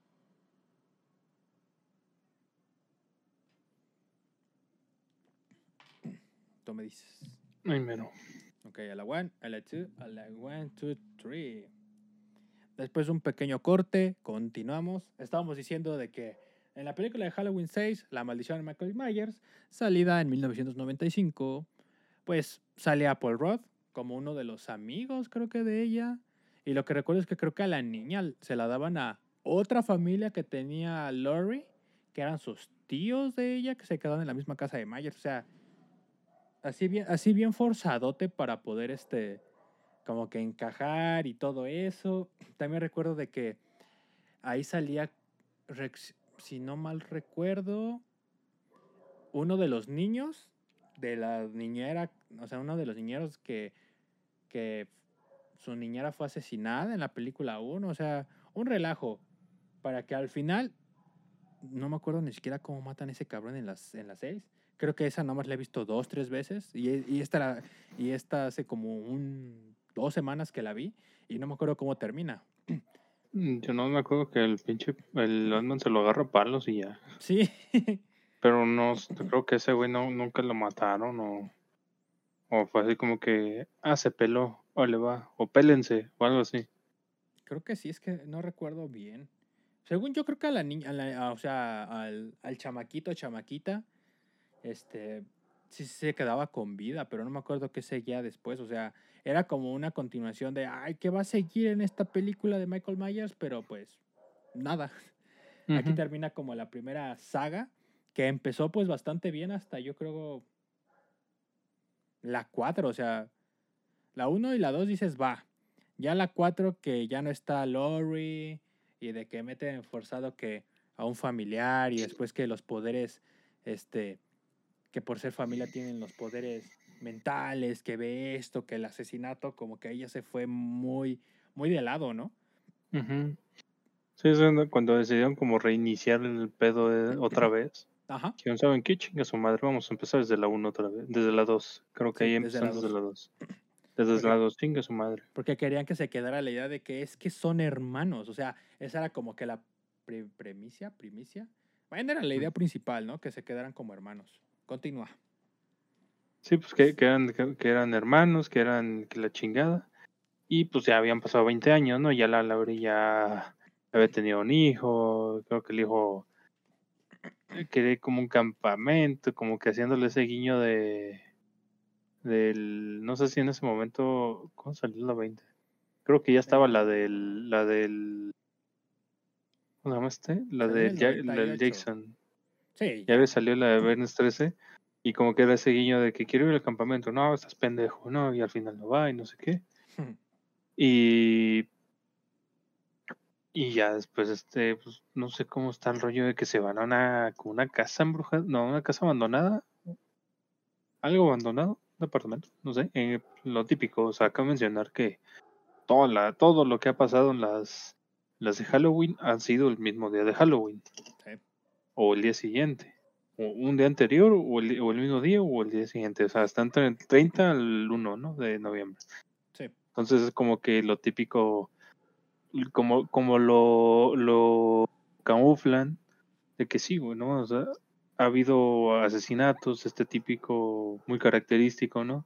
tú me dices. Ay, mero. Ok, a la one, a la two, a la one, two, three. Después de un pequeño corte, continuamos. Estábamos diciendo de que en la película de Halloween 6, La maldición de Michael Myers, salida en 1995, pues sale a Paul Rudd como uno de los amigos, creo que de ella. Y lo que recuerdo es que creo que a la niña se la daban a otra familia que tenía Laurie, que eran sus tíos de ella, que se quedaban en la misma casa de Myers. O sea, así bien forzadote para poder como que encajar y todo eso. También recuerdo de que ahí salía, si no mal recuerdo, uno de los niños de la niñera, o sea, uno de los niñeros que su niñera fue asesinada en la película 1, o sea, un relajo, para que al final, no me acuerdo ni siquiera cómo matan a ese cabrón en las 6. Creo que esa nomás la he visto 2, 3 veces y esta hace como 2 semanas que la vi y no me acuerdo cómo termina. Yo no me acuerdo que el Batman se lo agarra a palos y ya. Sí, Pero no, creo que ese güey nunca lo mataron o fue así como que, se peló, o le va, o pélense, o algo así. creo que sí, es que no recuerdo bien. Según yo creo que a la niña, o sea, al chamaquito, chamaquita, este, sí se quedaba con vida, pero no me acuerdo qué seguía después. O sea, era como una continuación de, ay, ¿qué va a seguir en esta película de Michael Myers? Pero pues, nada. Aquí Ujú. termina como la primera saga, que empezó pues bastante bien hasta yo creo la 4. O sea, la 1 y la 2 dices, va. Ya la 4 que ya no está Laurie y de que meten forzado que a un familiar y después que los poderes, que por ser familia tienen los poderes mentales, que ve esto, que el asesinato, como que ella se fue muy, muy de lado, ¿no? Ujú. Sí, es cuando decidieron como reiniciar el pedo otra vez. Ajá, Dijeron, ¿saben qué? Chinga su madre, vamos a empezar desde la 1 otra vez, desde la 2. Creo que sí, ahí desde empezaron la desde 2. la 2. Desde la Porque, 2, chinga su madre. porque querían que se quedara la idea de que es que son hermanos. O sea, esa era como que la primicia. Bueno, era la idea principal, ¿no? Que se quedaran como hermanos. Continúa. Sí, pues que eran hermanos, que la chingada. Y pues ya habían pasado 20 años, ¿no? Ya la Laura ya había tenido un hijo, creo que el hijo quería como un campamento, como que haciéndole ese guiño no sé si en ese momento, ¿cómo salió la 20? Creo que ya estaba Eh, la del, ¿cómo se llama este? Salió en el La del 98. Jackson. Sí, Ya le ya. salió la de Viernes 13 y como que era ese guiño de que quiero ir al campamento. No, estás pendejo, no, y al final no va y no sé qué. Y, y ya después, pues no sé cómo está el rollo de que se van a como una casa embrujada, no, una casa abandonada, algo abandonado, un departamento, no sé, lo típico, o sea, acá mencionar que todo lo que ha pasado en las de Halloween han sido el mismo día de Halloween, Sí. o el día siguiente, o un día anterior, o el mismo día, o el día siguiente, o sea, están entre el 30 al 1, ¿no? De noviembre. Sí. Entonces es como que lo típico, como lo camuflan, de que sí, güey, ¿no? O sea, ha habido asesinatos, este típico, muy característico, ¿no?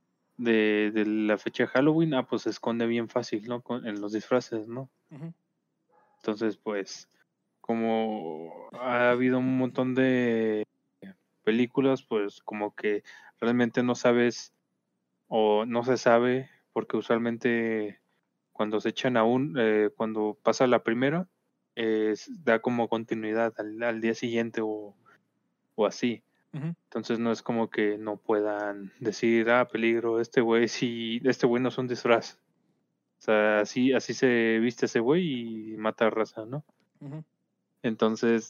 De la fecha de Halloween, pues se esconde bien fácil, ¿no? En los disfraces, ¿no? Ujú. Entonces, pues, como ha habido un montón de películas, pues como que realmente no sabes o no se sabe, porque usualmente cuando se echan cuando pasa la primera, da como continuidad al día siguiente o así. Ujú. Entonces no es como que no puedan decir, peligro, este güey sí, este güey no es un disfraz. O sea, así se viste ese güey y mata a raza, ¿no? Ujú. Entonces,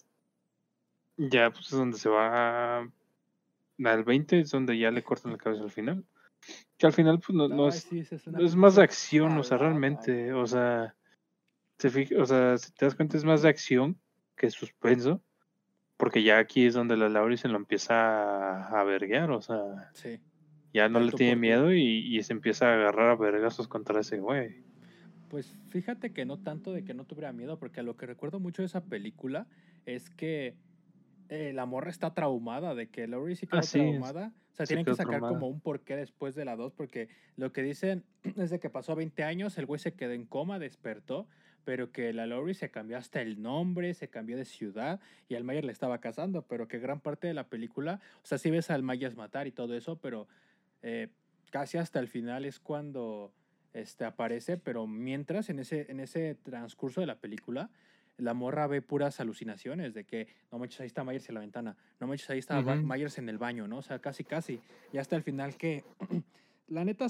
ya pues es donde se va al 20, es donde ya le cortan la cabeza al final. Que al final, pues no Ay, sí, esa es una es más de pinche acción, o sea, jalada. realmente, o sea, o sea, si te das cuenta es más de acción que suspenso, porque ya aquí es donde la Laurie se lo empieza a verguear, o sea, Sí, ya no del le tú tiene por tú. miedo y se empieza a agarrar a vergazos contra ese güey. Pues fíjate que no tanto de que no tuviera miedo, porque lo que recuerdo mucho de esa película es que la morra está traumada, de que Laurie sí quedó Sí, traumada. O sea, se tienen que quedó sacar traumada. como un porqué después de la 2 porque lo que dicen es de que pasó 20 años, el güey se quedó en coma, despertó, pero que la Laurie se cambió hasta el nombre, se cambió de ciudad y al Mayer le estaba casando, pero que gran parte de la película, o sea, sí ves al Myers matar y todo eso, pero eh, casi hasta el final es cuando aparece, pero mientras en ese transcurso de la película, la morra ve puras alucinaciones de que no manches, ahí está Myers en la ventana, no manches, ahí está Ujú. Myers en el baño, ¿no? O sea, casi, casi. Y hasta el final que la neta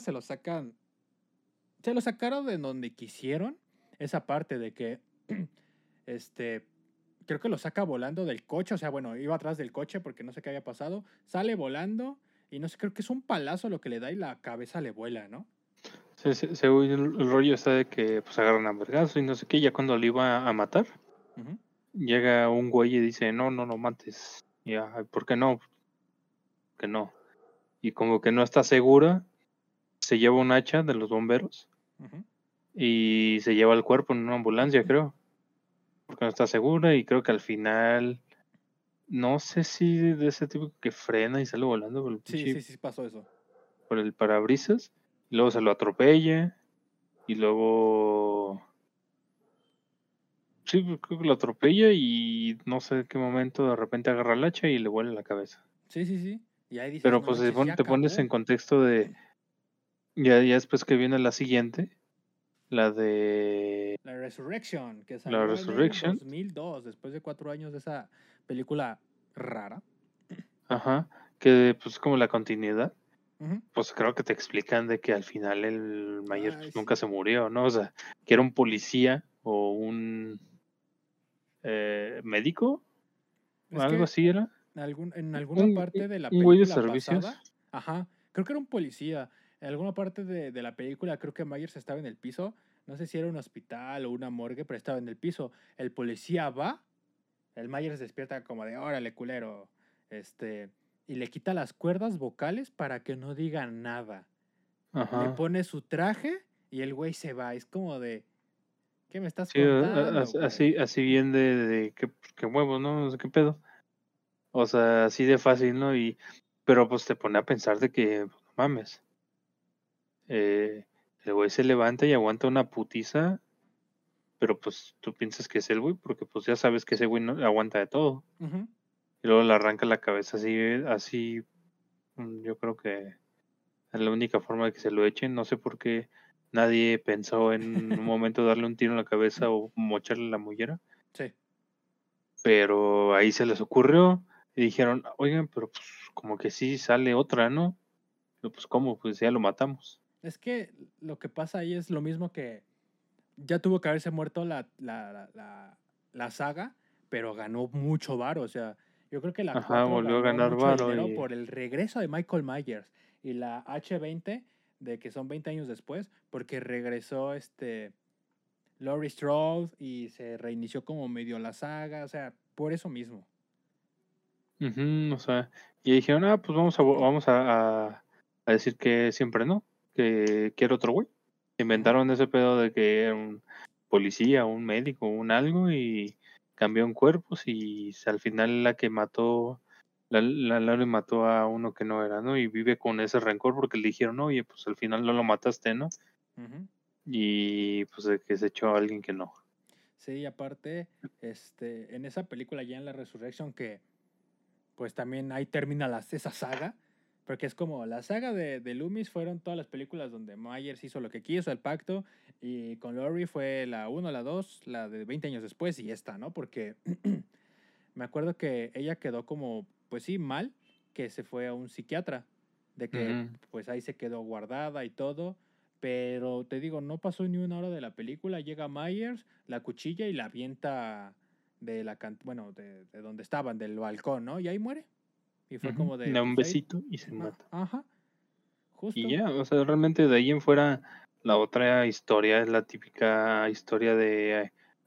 se lo sacaron de donde quisieron, esa parte de que, este, creo que lo saca volando del coche, o sea, bueno, iba atrás del coche porque no sé qué había pasado, sale volando y no sé, creo que es un palazo lo que le da y la cabeza le vuela, ¿no? Según el rollo está de que pues agarran a vergazo y no sé qué, ya cuando le iba a matar, Ujú. llega un güey y dice, no, no, no mates. Y ¿por qué no? Que no. Y como que no está segura, se lleva un hacha de los bomberos Ujú. y se lleva el cuerpo en una ambulancia, creo, porque no está segura y creo que al final, no sé si de ese tipo que frena y sale volando por el Sí, pinche, sí, sí pasó eso. por el parabrisas, y luego se lo atropella y luego, sí, pues, creo que lo atropella y no sé en qué momento de repente agarra el hacha y le vuela la cabeza. Sí, sí, sí. Y ahí dices, Pero no pues manches, ya te pones en acabó. contexto de, ya después que viene la siguiente, la de La Resurrection, que la salió en el Resurrection, 2002, después de 4 años de esa película rara. ajá, que pues como la continuidad, Ujú. pues creo que te explican de que al final el Mayer Ay, pues nunca sí. se murió, ¿no? O sea, que era un policía o un médico, o Es algo que así era, en alguna parte de la un güey de película servicios, pasada, ajá, creo que era un policía. En alguna parte de la película, creo que Myers estaba en el piso. No sé si era un hospital o una morgue, pero estaba en el piso. El policía va, el Myers despierta como de, órale, culero. Este, y le quita las cuerdas vocales para que no diga nada. Le ajá, pone su traje y el güey se va. Es como de, ¿qué me estás sí, contando, güey? así bien de que huevos, ¿no? No sé qué pedo. O sea, así de fácil, ¿no? Pero pues te pone a pensar de que, pues, no mames, eh, el güey se levanta y aguanta una putiza, pero pues tú piensas que es el güey, porque pues ya sabes que ese güey no aguanta de todo. Ujú. Y luego le arranca la cabeza yo creo que es la única forma de que se lo echen, no sé por qué nadie pensó en un momento darle un tiro en la cabeza o mocharle la mollera, Sí. pero ahí se les ocurrió y dijeron, oigan, pero pues como que sí sale otra, ¿no? Pero pues ¿cómo? Pues ya lo matamos. Es que lo que pasa ahí es lo mismo que ya tuvo que haberse muerto la saga, pero ganó mucho varo. O sea, yo creo que la Ajá, 4 volvió a ganó ganar mucho varo dinero y... por el regreso de Michael Myers y la H20, de que son 20 años después, porque regresó Laurie Strode y se reinició como medio la saga. O sea, por eso mismo. Ujú, o sea, y dijeron, pues vamos a decir que siempre no, que era otro güey. Ujú. Inventaron ese pedo de que era un policía, un médico, un algo y cambió en cuerpos y al final la que mató, la Laurie mató a uno que no era, ¿no? Y vive con ese rencor porque le dijeron, oye, pues al final no lo mataste, ¿no? Ujú. Y pues de que se echó a alguien que no. Sí, y aparte, en esa película ya en la Resurrection que pues también ahí termina esa saga, porque es como la saga de Loomis fueron todas las películas donde Myers hizo lo que quiso, el pacto, y con Laurie fue la 1, la 2, la de 20 años después y esta, ¿no? Porque me acuerdo que ella quedó como, pues sí, mal, que se fue a un psiquiatra, de que Ujú. pues ahí se quedó guardada y todo, pero te digo, no pasó ni una hora de la película, llega Myers, la cuchilla y la avienta bueno, de donde estaban, del balcón, ¿no? Y ahí muere. Y fue Ujú. como de, Da un pues ahí, besito y se mata. ajá, Y justo. ya, o sea, realmente de ahí en fuera, la otra historia es la típica historia de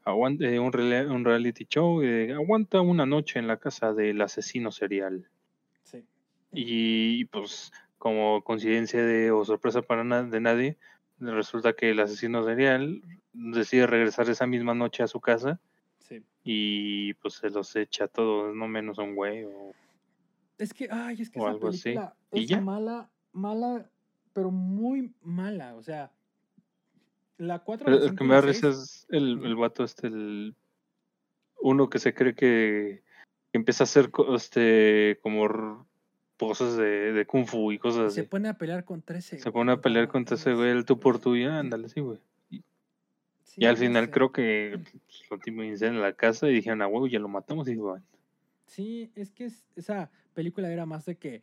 un reality show, de aguanta una noche en la casa del asesino serial. Sí. Y pues, como coincidencia o sorpresa para de nadie, resulta que el asesino serial decide regresar esa misma noche a su casa Sí. y pues se los echa a todos, no menos a un güey Es que o esa algo así. película Y es ya. mala, mala, pero muy mala. O sea, la 4, la El que 5 y me la da risa 6. es el Ujú. vato uno que se cree que empieza a hacer como poses de kung fu y Y cosas se así. pone a pelear contra ese Se güey, pone a no pelear contra ese güey, mames, el tú güey. por tú, y ándale, sí, güey. Y al Sí, ya final sé. creo que lo tipo incendian la casa y dijeron, huevo, ya lo matamos y bueno. Sí, es que esa película era más de que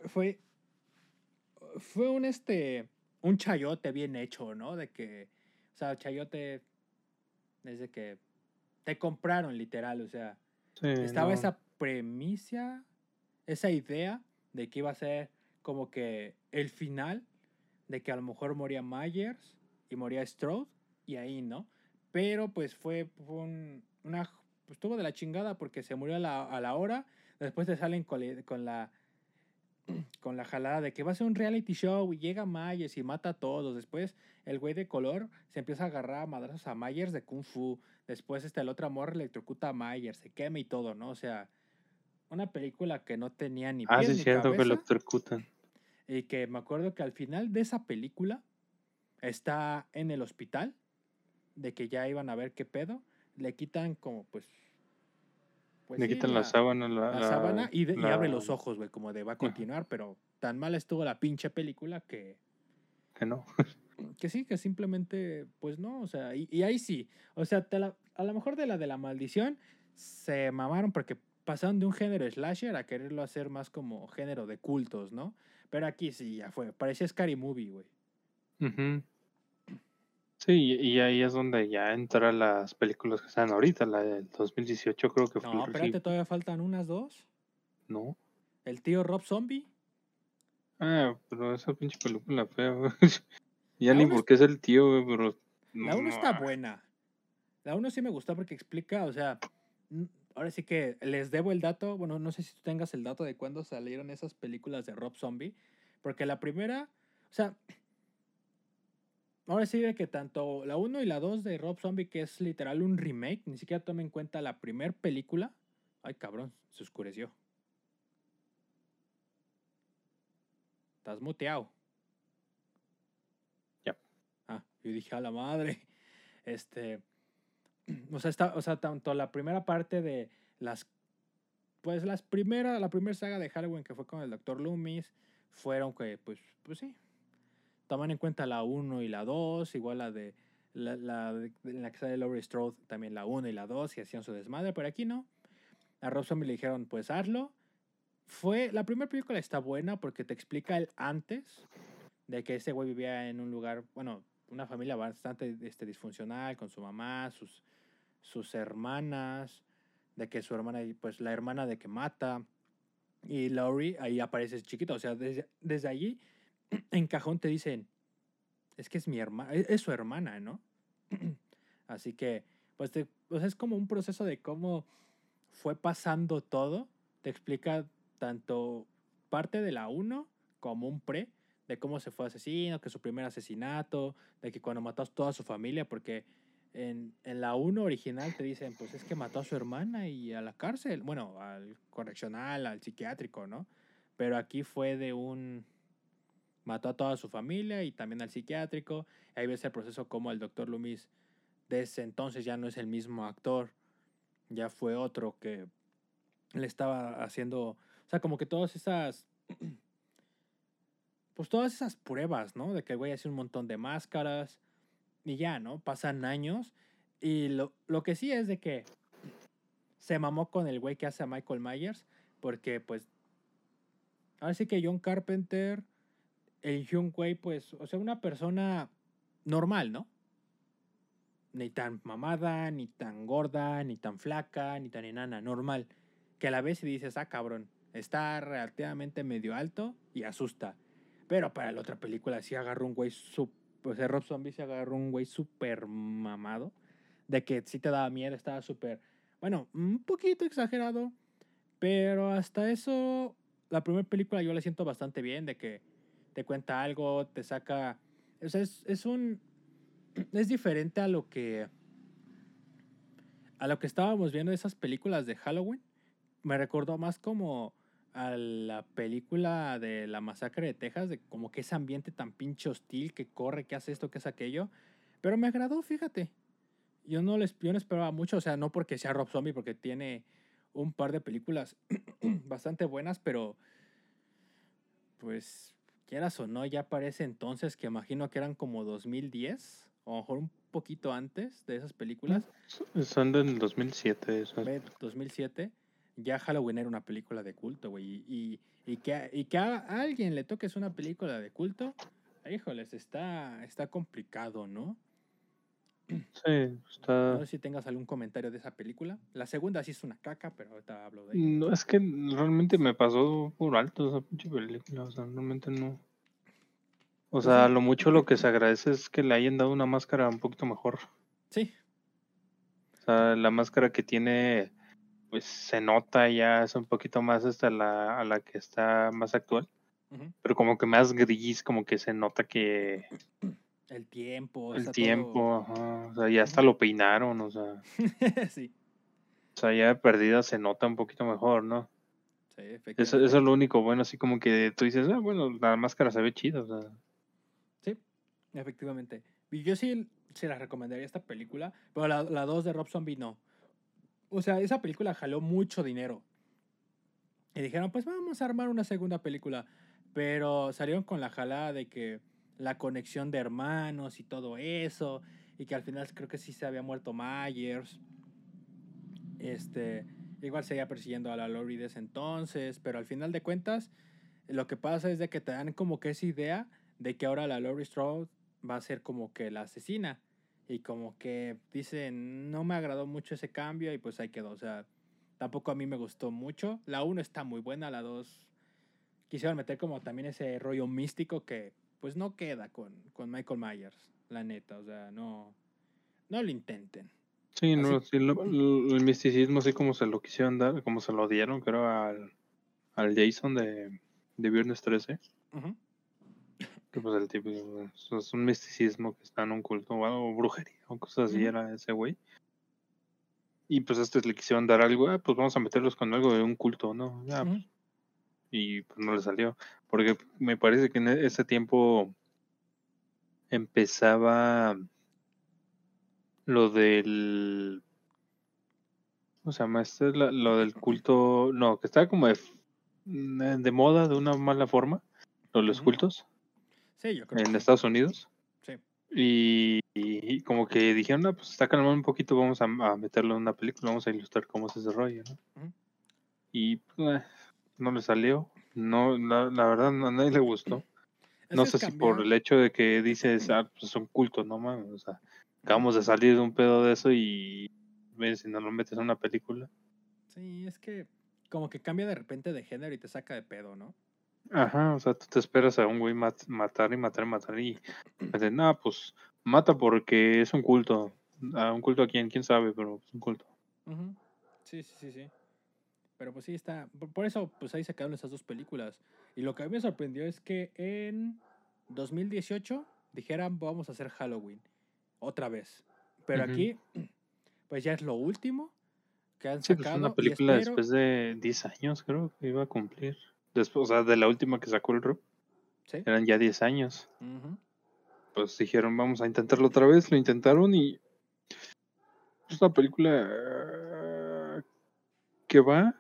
fue un chayote bien hecho, ¿no? De que, o sea, chayote es de que te compraron literal, o sea, Sí, estaba no. esa premisa, esa idea de que iba a ser como que el final, de que a lo mejor moría Myers y moría Strode, y ahí, ¿no? Pero pues pues estuvo de la chingada porque se murió a la hora, después te salen con la jalada de que va a ser un reality show y llega Myers y mata a todos. Después el güey de color se empieza a agarrar a madrazos a Myers de Kung Fu. Después el otro amor electrocuta a Myers, se quema y todo, ¿no? O sea, una película que no tenía ni Ah, sí, pies es ni cierto que lo cabeza electrocutan. y que me acuerdo que al final de esa película está en el hospital, de que ya iban a ver qué pedo, le quitan como pues Le sí, quitan la sábana, la sábana y abre la... los ojos, güey, como de va a Ajá, continuar, pero tan mal estuvo la pinche película que no. que sí, que simplemente, pues no, o sea, y ahí sí, o sea, a lo mejor de la maldición se mamaron porque pasaron de un género slasher a quererlo hacer más como género de cultos, ¿no? Pero aquí sí, ya fue, parecía Scary Movie, güey. Ujú. Sí, y ahí es donde ya entran las películas que están ahorita, la del 2018 creo que fue No, el espérate, recibo, todavía faltan unas dos. ¿no? El tío Rob Zombie. Pero esa pinche película fea, güey. Ya La ni uno, porque es el tío, güey, pero no, la uno no, está buena. La uno sí me gustó porque explica, o sea, ahora sí que les debo el dato, bueno, no sé si tú tengas el dato de cuándo salieron esas películas de Rob Zombie, porque la primera, o sea, ahora sí de que tanto la uno y la 2 de Rob Zombie, que es literal un remake, ni siquiera toma en cuenta la primera película. Ay, cabrón, se oscureció. Estás muteado. ya. Yo dije, a la madre. Este, o sea, tanto la primera parte de las pues la primera saga de Halloween que fue con el Doctor Loomis, fueron que, pues sí, toman en cuenta la 1 y la 2, igual en la que sale Laurie Strode, también la 1 y la 2, y hacían su desmadre, pero aquí no. A Rob Zombie le dijeron, pues hazlo. La primera película está buena porque te explica el antes de que ese güey vivía en un lugar, bueno, una familia bastante disfuncional, con su mamá, sus hermanas, de que su hermana, pues la hermana de que mata, y Laurie ahí aparece chiquito, o sea, desde allí en cajón te dicen, es que es mi hermana, es su hermana, ¿no? Así que, pues, es como un proceso de cómo fue pasando todo, te explica tanto parte de la 1 como un pre, de cómo se fue asesino, que su primer asesinato, de que cuando mató a toda su familia, porque en la 1 original te dicen, pues es que mató a su hermana y a la cárcel, bueno, al correccional, al psiquiátrico, ¿no? Pero aquí fue mató a toda su familia y también al psiquiátrico. Ahí ves el proceso como el doctor Loomis de ese entonces ya no es el mismo actor, ya fue otro que le estaba haciendo, o sea, como que pues todas esas pruebas, ¿no? De que el güey hace un montón de máscaras y ya, ¿no? Pasan años y lo que sí es de que se mamó con el güey que hace a Michael Myers, porque pues, ahora sí que John Carpenter eligió un güey, pues, o sea, una persona normal, ¿no? Ni tan mamada, ni tan gorda, ni tan flaca, ni tan enana, normal. Que a la vez dices, ah, cabrón, está relativamente medio alto y asusta. Pero para la otra película sí agarró un güey o sea, Rob Zombie se agarró un güey súper mamado. De que sí te daba miedo, estaba súper, bueno, un poquito exagerado. Pero hasta eso, la primera película yo la siento bastante bien, de que te cuenta algo, te saca... O sea, es diferente a lo que estábamos viendo de esas películas de Halloween. Me recordó más como a la película de la masacre de Texas, de como que ese ambiente tan pinche hostil, que corre, que hace esto, que hace aquello. Pero me agradó, fíjate. Yo no esperaba mucho, o sea, no porque sea Rob Zombie, porque tiene un par de películas bastante buenas, pero pues quieras o no, ya parece entonces que imagino que eran como 2010, o a lo mejor un poquito antes de esas películas. Son del 2007 esas. Ve, 2007, ya Halloween era una película de culto, güey. Y que a alguien le toques una película de culto, híjoles, está complicado, ¿no? Sí, No está. sé si tengas algún comentario de esa película. La segunda sí es una caca, pero ahorita hablo de ella. No, es que realmente me pasó por alto esa pinche película. O sea, realmente no. O Pues sea, a sí, lo mucho lo que se agradece es que le hayan dado una máscara un poquito mejor. sí. O sea, la máscara que tiene, pues se nota ya, es un poquito más hasta a la que está más actual. Ujú. Pero como que más gris, como que se nota que El tiempo, el está todo. tiempo, ajá, o sea, ya hasta Ujú. lo peinaron, Sí, o sea, ya de perdida se nota un poquito mejor, ¿no? sí, Eso efectivamente. es lo único bueno, así como que tú dices, ah, bueno, la máscara se ve chida, o sea, Sí, efectivamente. Y yo sí se la recomendaría esta película, pero la 2 de Rob Zombie no. O sea, esa película jaló mucho dinero. Y dijeron, pues vamos a armar una segunda película. Pero salieron con la jalada de que la conexión de hermanos y todo eso. Y que al final creo que sí se había muerto Myers. Igual seguía persiguiendo a la Laurie de ese entonces. Pero al final de cuentas, lo que pasa es de que te dan como que esa idea de que ahora la Laurie Strode va a ser como que la asesina. Y como que dicen, no me agradó mucho ese cambio y pues ahí quedó. O sea, tampoco a mí me gustó mucho. La 1 está muy buena, la 2 quisieron meter como también ese rollo místico que pues no queda con Michael Myers, la neta. O sea, no lo intenten. sí, no, Así, sí, el misticismo así como se lo quisieron dar, como se lo dieron, creo, al Jason de Viernes 13, ujú, que pues el tipo, es un misticismo que está en un culto o algo, brujería o cosas así ujú, era ese güey. Y pues le quisieron dar algo, pues vamos a meterlos con algo de un culto, ¿no? Ya, ujú. y pues no le salió. Porque me parece que en ese tiempo empezaba lo del, ¿cómo se llama? Lo del culto, no, que estaba como de moda de una mala forma, lo de los Ujú. cultos. Sí, yo creo que en sí. Estados Unidos. Sí. Y como que dijeron, no, pues está calmado un poquito, vamos a meterlo en una película, vamos a ilustrar cómo es ese rollo, ¿no? Ujú. Y pues, no le salió. No, la verdad, a nadie le gustó. Es No que sé si por cambiar. el hecho de que dices, pues son cultos, no mames, o sea, acabamos de salir de un pedo de eso y ves si no lo metes en una película. Sí, es que como que cambia de repente de género y te saca de pedo, ¿no? Ajá, o sea, tú te esperas a un güey matar y matar y matar y dices, no, pues mata porque es un culto. ¿A un culto a quién sabe, pero es un culto. Ujú. Sí, sí, sí, sí. Pero pues sí está. Por eso, pues ahí se quedaron esas dos películas. Y lo que a mí me sorprendió es que en 2018 dijeran vamos a hacer Halloween. Otra vez. Pero Ujú. aquí, pues ya es lo último que han Sí, pues una sacado. Y película espero. después de 10 años, creo que iba a cumplir. Después, o sea, de la última que sacó el rock, Sí. eran ya 10 años. Ujú. Pues dijeron, vamos a intentarlo otra vez, lo intentaron y es una película que va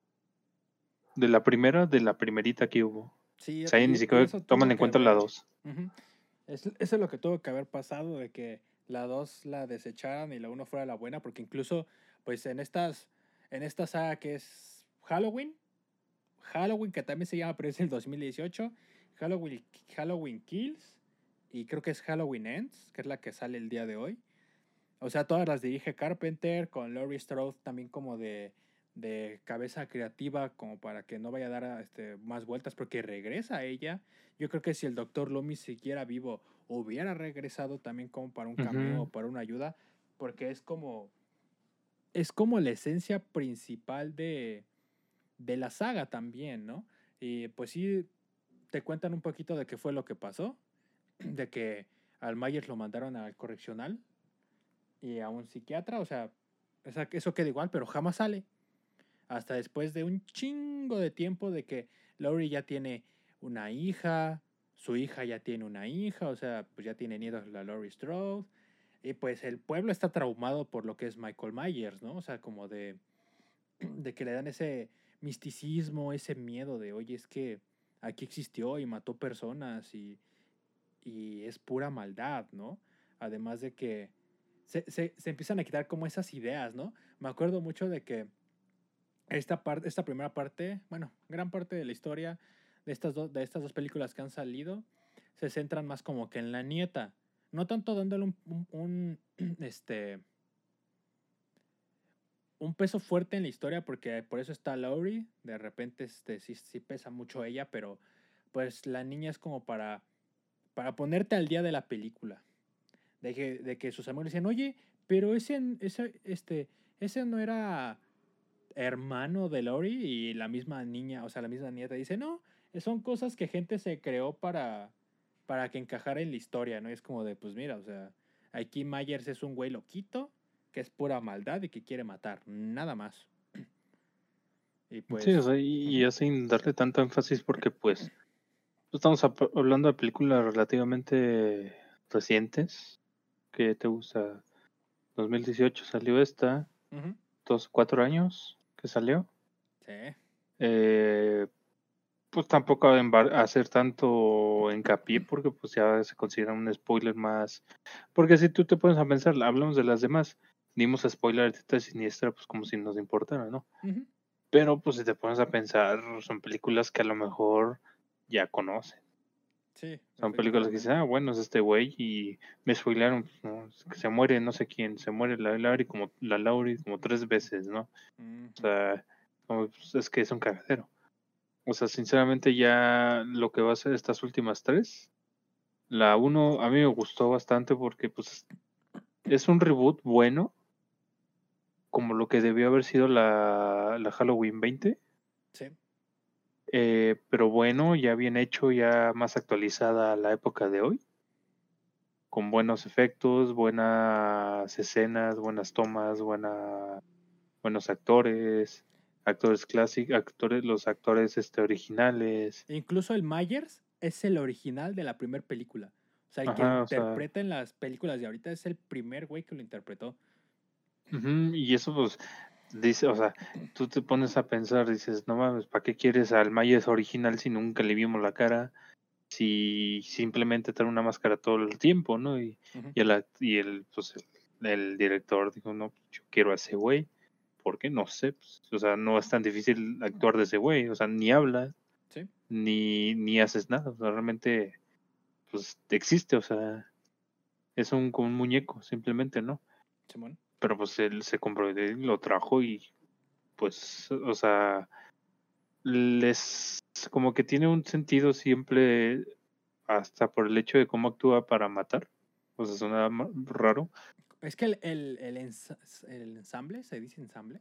de la primerita que hubo. O Sí, sea, ya ni y siquiera eso toman tuvo en que cuenta la haber. 2. Ujú. Eso es lo que tuvo que haber pasado, de que la 2 la desecharan y la uno fuera la buena, porque incluso, pues en esta saga que es Halloween que también se llama, pero es el 2018, Halloween, Halloween Kills, y creo que es Halloween Ends, que es la que sale el día de hoy. O sea, todas las dirige Carpenter, con Laurie Strode también como de cabeza creativa, como para que no vaya a dar más vueltas, porque regresa ella. Yo creo que si el Doctor Loomis siguiera vivo, hubiera regresado también como para un cameo o Ujú. para una ayuda, porque es como la esencia principal de la saga también, ¿no? Y pues sí, te cuentan un poquito de qué fue lo que pasó, de que al Myers lo mandaron al correccional y a un psiquiatra, o sea, eso queda igual, pero jamás sale. Hasta después de un chingo de tiempo de que Laurie ya tiene una hija, su hija ya tiene una hija, o sea, pues ya tiene nietos la Laurie Strode. Y pues el pueblo está traumado por lo que es Michael Myers, ¿no? O sea, como de que le dan ese misticismo, ese miedo de, oye, es que aquí existió y mató personas y es pura maldad, ¿no? Además de que se empiezan a quitar como esas ideas, ¿no? Me acuerdo mucho de que esta primera parte, bueno, gran parte de la historia de estas dos películas que han salido, se centran más como que en la nieta. No tanto dándole un peso fuerte en la historia, porque por eso está Laurie. De repente sí pesa mucho ella, pero pues la niña es como para ponerte al día de la película. De que sus amigos decían, oye, pero ese no era hermano de Lori, y la misma niña, o sea, la misma nieta dice, no, son cosas que gente se creó para que encajara en la historia, ¿no? Y es como de, pues mira, o sea, aquí Myers es un güey loquito, que es pura maldad y que quiere matar, nada más. Y Sí, o pues, sea, y ujú, ya sin darle tanto énfasis porque pues estamos hablando de películas relativamente recientes. ¿Qué te gusta? 2018 salió esta, ujú, 4 años que salió. sí, Eh, pues tampoco hacer tanto hincapié porque pues ya se considera un spoiler más. Porque si tú te pones a pensar, hablamos de las demás, dimos spoiler de Teta Siniestra pues como si nos importara, ¿no? ujú, Pero pues si te pones a pensar, son películas que a lo mejor ya conoces. sí, Son películas que dicen, efectivamente. bueno, es este güey y me spoilearon, pues, ¿no? Es que se muere no sé quién, se muere la Laurie como 3 veces, ¿no? O Ujú, sea, como, pues, es que es un cagadero. O sea, sinceramente ya lo que va a ser estas últimas tres, la uno a mí me gustó bastante porque pues es un reboot bueno, como lo que debió haber sido la Halloween 20, sí, pero bueno, ya bien hecho, ya más actualizada a la época de hoy, con buenos efectos, buenas escenas, buenas tomas, buenos actores clásicos, los actores originales. incluso el Myers es el original de la primera película. O sea, el que Ajá, o sea, interpreta en las películas de ahorita es el primer güey que lo interpretó. ujú, y eso pues dice, o sea, tú te pones a pensar, dices, no mames, ¿para qué quieres al Myers original si nunca le vimos la cara? si simplemente trae una máscara todo el tiempo, ¿no? Ujú. Pues el director dijo, no, yo quiero a ese güey. ¿Por qué? No sé. Pues, o sea, no es tan difícil actuar de ese güey. O sea, ni habla, Sí, ni haces nada. O sea, realmente, pues existe. O sea, es como un muñeco, simplemente, ¿no? Simón. Pero pues él se comprometió y lo trajo y pues, o sea, les como que tiene un sentido siempre hasta por el hecho de cómo actúa para matar. O sea, suena raro. Es que el ensamble, ¿se dice ensamble?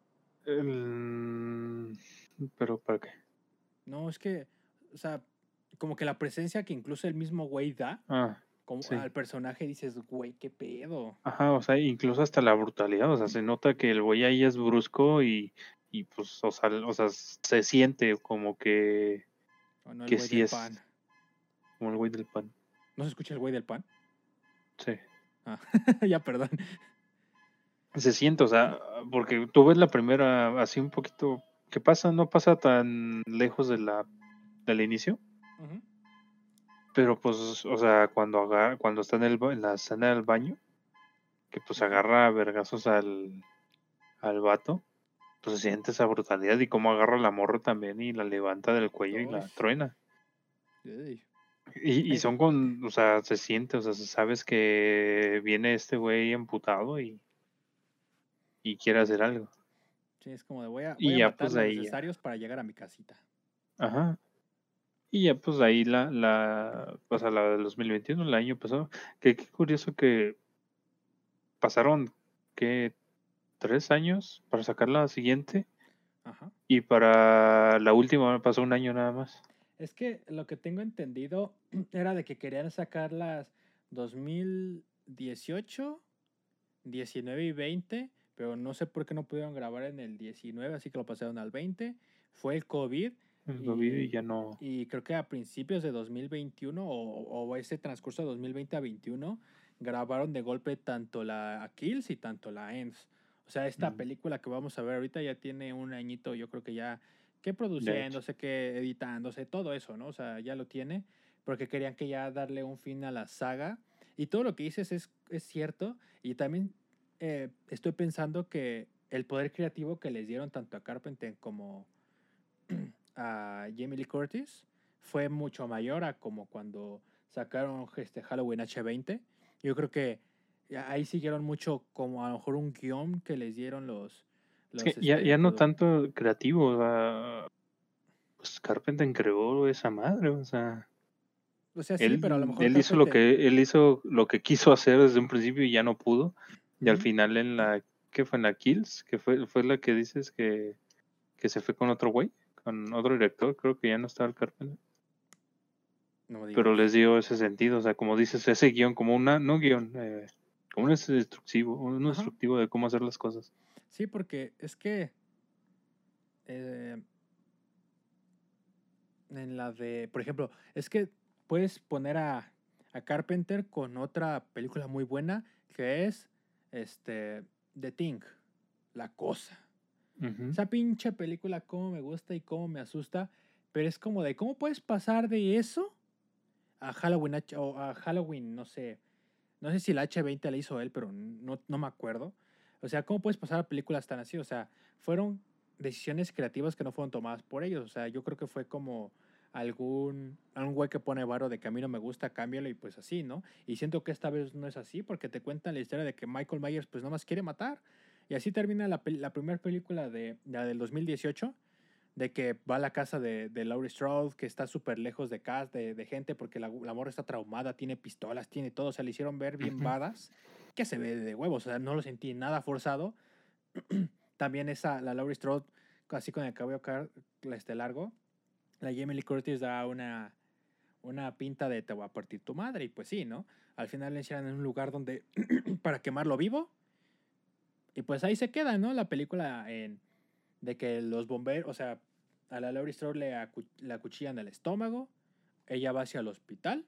El- Pero ¿para qué? No, es que, o sea, como que la presencia que incluso el mismo güey da, Ah, como sí. al personaje dices, güey, qué pedo. Ajá, o sea, incluso hasta la brutalidad, o sea, se nota que el güey ahí es brusco y pues, o sea, se siente O no, el que güey sí del es pan. como el güey del pan. ¿No se escucha el güey del pan? Sí. Ah, ya, perdón. Se siente, o sea, porque tú ves la primera así un poquito, ¿qué pasa? No pasa tan lejos del inicio, Ujú. pero pues, o sea, cuando está en la escena del baño, que pues Ujú. agarra a vergazos al vato, pues se siente esa brutalidad y cómo agarra a la morra también y la levanta del cuello y Ay, la truena. ey. Y Ay, son o sea, se siente, o sea, sabes que viene este güey emputado y quiere hacer algo. sí, es como de voy Y a ya matar pues los ahí, necesarios para llegar a mi casita. ajá. Y ya pues ahí pues a la del 2021, el año pasado, que qué curioso que pasaron, ¿qué? 3 años para sacar la siguiente Ajá. y para la última pasó un año nada más. Es que lo que tengo entendido era de que querían sacar las 2018, 19 y 20, pero no sé por qué no pudieron grabar en el 19, así que lo pasaron al 20. Fue el COVID El COVID y y, ya no. y creo que a principios de 2021 o ese transcurso de 2020 a 21 grabaron de golpe tanto la Kills y tanto la Ends. O sea, esta mm, película que vamos a ver ahorita ya tiene un añito, yo creo que ya que De hecho. produciéndose, que editándose, todo eso, ¿no? O sea, ya lo tiene, porque querían que ya darle un fin a la saga. Y todo lo que dices es cierto. Y también estoy pensando que el poder creativo que les dieron tanto a Carpenter como a Jamie Lee Curtis fue mucho mayor a como cuando sacaron Halloween H20. Yo creo que ahí siguieron mucho como a lo mejor un guión que les dieron Es que los ya no tanto creativo, o sea, pues Carpenter creó esa madre, o sea, o sea, sí, pero a lo él, mejor él hizo lo Carpenter. que él hizo lo que quiso hacer desde un principio y ya no pudo. Y al Ujú. final ¿qué fue en la Kills? Que fue la que dices que se fue con otro güey, con otro director, creo que ya no estaba el Carpenter. No me Pero digas. les dio ese sentido, o sea, como dices, ese guión, como no guión, como un Ajá. instructivo de cómo hacer las cosas. Sí, porque es que eh, en la de, por ejemplo, es que puedes poner a Carpenter con otra película muy buena que es The Thing, La Cosa. Ujú. Esa pinche película cómo me gusta y cómo me asusta, pero es como de cómo puedes pasar de eso a Halloween o a Halloween, no sé si la H20 la hizo él, pero no me acuerdo. O sea, ¿cómo puedes pasar a películas tan así? O sea, fueron decisiones creativas que no fueron tomadas por ellos. O sea, yo creo que fue como algún güey que pone varo de que a mí no me gusta, cámbialo y pues así, ¿no? Y siento que esta vez no es así porque te cuentan la historia de que Michael Myers pues nomás quiere matar. Y así termina la primera película la del 2018 de que va a la casa de Laurie Strode, que está súper lejos de casa, de gente, porque la morra está traumada, tiene pistolas, tiene todo, o sea, le hicieron ver bien Ujú. badass, que se ve de huevos, o sea, no lo sentí nada forzado. También la Laurie Strode, así con el cabello largo, la Jamie Lee Curtis da una pinta de te voy a partir tu madre, y pues sí, ¿no? Al final le hicieron en un lugar donde, para quemarlo vivo, y pues ahí se queda, ¿no? La película de que los bomberos, o sea, a la Laurie Strode le acuchillan el estómago, ella va hacia el hospital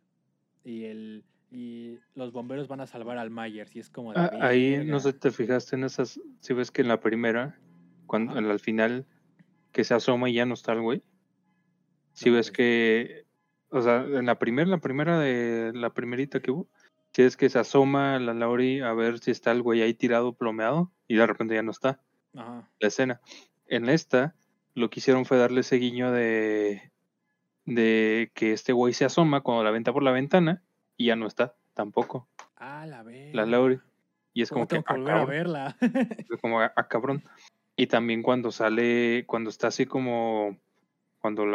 y los bomberos van a salvar al Myers y es como de Ahí no sé verga. si te fijaste en esas, si ves que en la primera, cuando Ajá, al final que se asoma y ya no está el güey, si no me he ves visto. que, O sea, en la primera de la primerita que hubo, si es que se asoma la Laurie a ver si está el güey ahí tirado, plomeado, y de repente ya no está Ajá. la escena. En esta, lo que hicieron fue darle ese guiño de que este güey se asoma cuando la venta por la ventana y ya no está tampoco Ah, la la Laurie. verga. Y es Luego como que, tengo que volver a cabrón, verla. es como, cabrón. Y también cuando sale, cuando está así como, cuando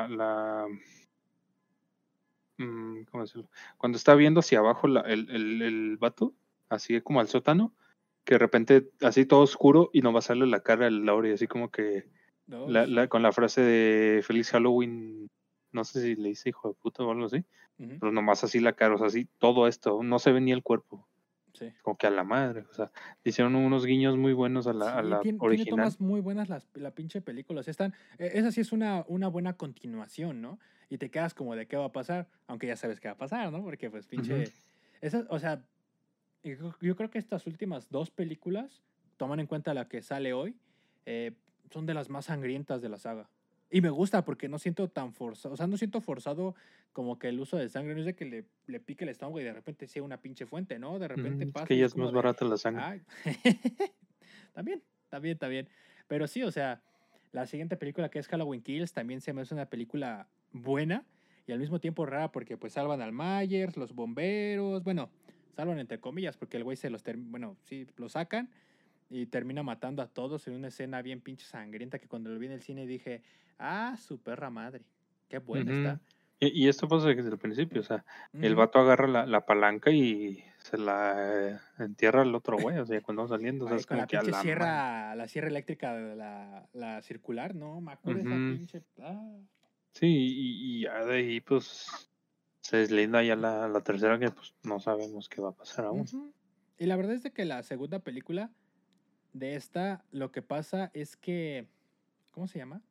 ¿cómo decirlo? Cuando está viendo hacia abajo el vato, así como al sótano, que de repente así todo oscuro y nomás sale la cara del Laurie, así como que No, sí. con la frase de Feliz Halloween, no sé si le dice hijo de puta o algo así, Ujú, pero nomás así la cara, o sea, así todo esto, no se ve ni el cuerpo, sí. como que a la madre, o sea, hicieron unos guiños muy buenos a Sí, la tiene original. tomas muy buenas la pinche película. O sea, esa sí es una buena continuación, ¿no? Y te quedas como de qué va a pasar, aunque ya sabes qué va a pasar, ¿no? Porque pues Ujú. pinche... o sea, yo creo que estas últimas dos películas, toman en cuenta la que sale hoy, eh, son de las más sangrientas de la saga. Y me gusta porque no siento tan forzado, o sea, no siento forzado como que el uso de sangre, no es de que le pique el estómago y de repente sea una pinche fuente, ¿no? De repente Es pasa que y ya es es más como de, barata la sangre. ay, también, también. Pero sí, o sea, la siguiente película que es Halloween Kills también se me hace una película buena y al mismo tiempo rara porque pues salvan al Myers, los bomberos, bueno, salvan entre comillas porque el güey bueno, sí, lo sacan y termina matando a todos en una escena bien pinche sangrienta que cuando lo vi en el cine dije, ah, su perra madre, qué buena Ujú. está. Y esto pasa desde el principio, o sea, el Ujú. vato agarra la palanca y se la entierra al otro güey, o sea, cuando va saliendo, o sea, Güey, es con como la que a pinche la madre. sierra, la sierra eléctrica, la circular, no, me acuerdo de esa Ujú. pinche. Ah. Sí, y ya de ahí, pues, se deslinda ya la tercera que, pues, no sabemos qué va a pasar aún. Ujú. Y la verdad es de que la segunda película de esta, lo que pasa es que, ¿cómo se llama?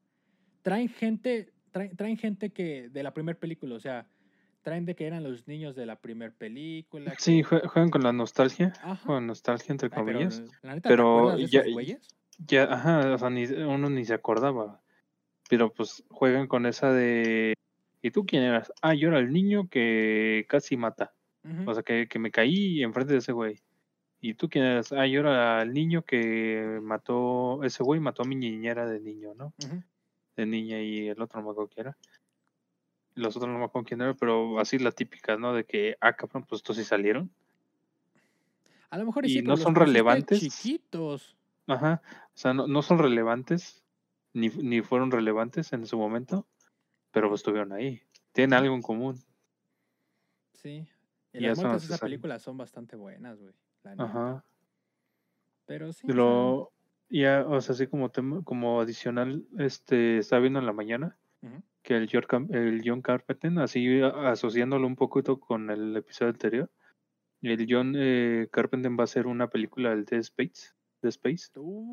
Traen gente que de la primera película, o sea, traen de que eran los niños de la primera película, Sí, que, juegan con la nostalgia, ajá. con nostalgia entre Ay, pero comillas, la neta, ¿te pero acuerdas de esos güeyes? ajá, o sea, uno ni se acordaba, pero pues juegan con esa de, ¿y tú quién eras? Ah, yo era el niño que casi mata, Ujú, o sea, que me caí enfrente de ese güey. ¿Y tú quién eras? Ah, yo era el niño que mató, ese güey mató a mi niñera de niño, ¿no? ujú. De niña y el otro no me acuerdo quién era. Los otros no me acuerdo quién era, pero así la típica, ¿no? De que, cabrón, pues estos sí salieron. A lo mejor y sí, Y pero no los son pusiste relevantes, chiquitos. ajá, o sea, no son relevantes, ni fueron relevantes en su momento, pero pues estuvieron ahí. Tienen Ujú, algo en común. sí. Y Y las eso no muertes de se esa sale. película son bastante buenas, güey. La neta. Ajá. Pero sí, o sea. Lo, ya, o sea, así como como adicional, estaba viendo en la mañana Ujú, que el John Carpenter, así asociándolo un poquito con el episodio anterior, el John Carpenter va a hacer una película del The Space.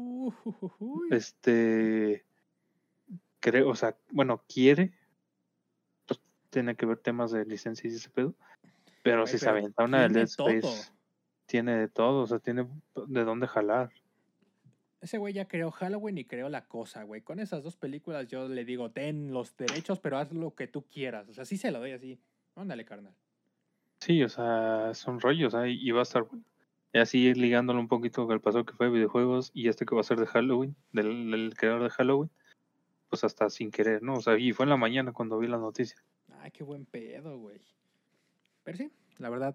uy. Este, creo, o sea, bueno, quiere, pues tiene que ver temas de licencia y ese pedo, pero Güey, si se pero avienta una del Dead tiene todo. Space, tiene de todo, o sea, tiene de dónde jalar. Ese güey ya creó Halloween y creó La Cosa, güey. Con esas dos películas yo le digo, ten los derechos, pero haz lo que tú quieras. O sea, sí se lo doy así. Ándale, carnal. Sí, o sea, son rollos, y va a estar bueno. Y así ir ligándolo un poquito con el pasado que fue de videojuegos y este que va a ser de Halloween, del creador de Halloween, pues hasta sin querer, ¿no? O sea, y fue en la mañana cuando vi la noticia. Ay, qué buen pedo, güey. Pero sí, la verdad,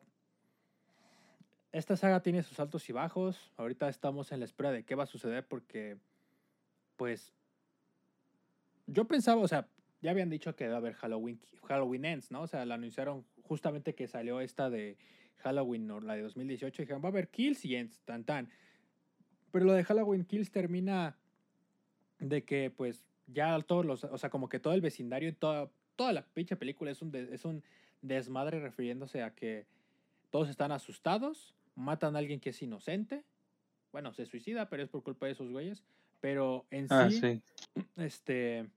esta saga tiene sus altos y bajos. Ahorita estamos en la espera de qué va a suceder porque, pues, yo pensaba, o sea, ya habían dicho que va a haber Halloween Ends, ¿no? O sea, la anunciaron justamente que salió esta de Halloween, ¿no? La de 2018. Y dijeron, va a haber Kills y Ends, tan tan. Pero lo de Halloween Kills termina de que, pues, ya todos los, o sea, como que todo el vecindario y toda la pinche película es un desmadre refiriéndose a que todos están asustados, matan a alguien que es inocente. Bueno, se suicida, pero es por culpa de esos güeyes. Pero en Ah, sí, sí. este,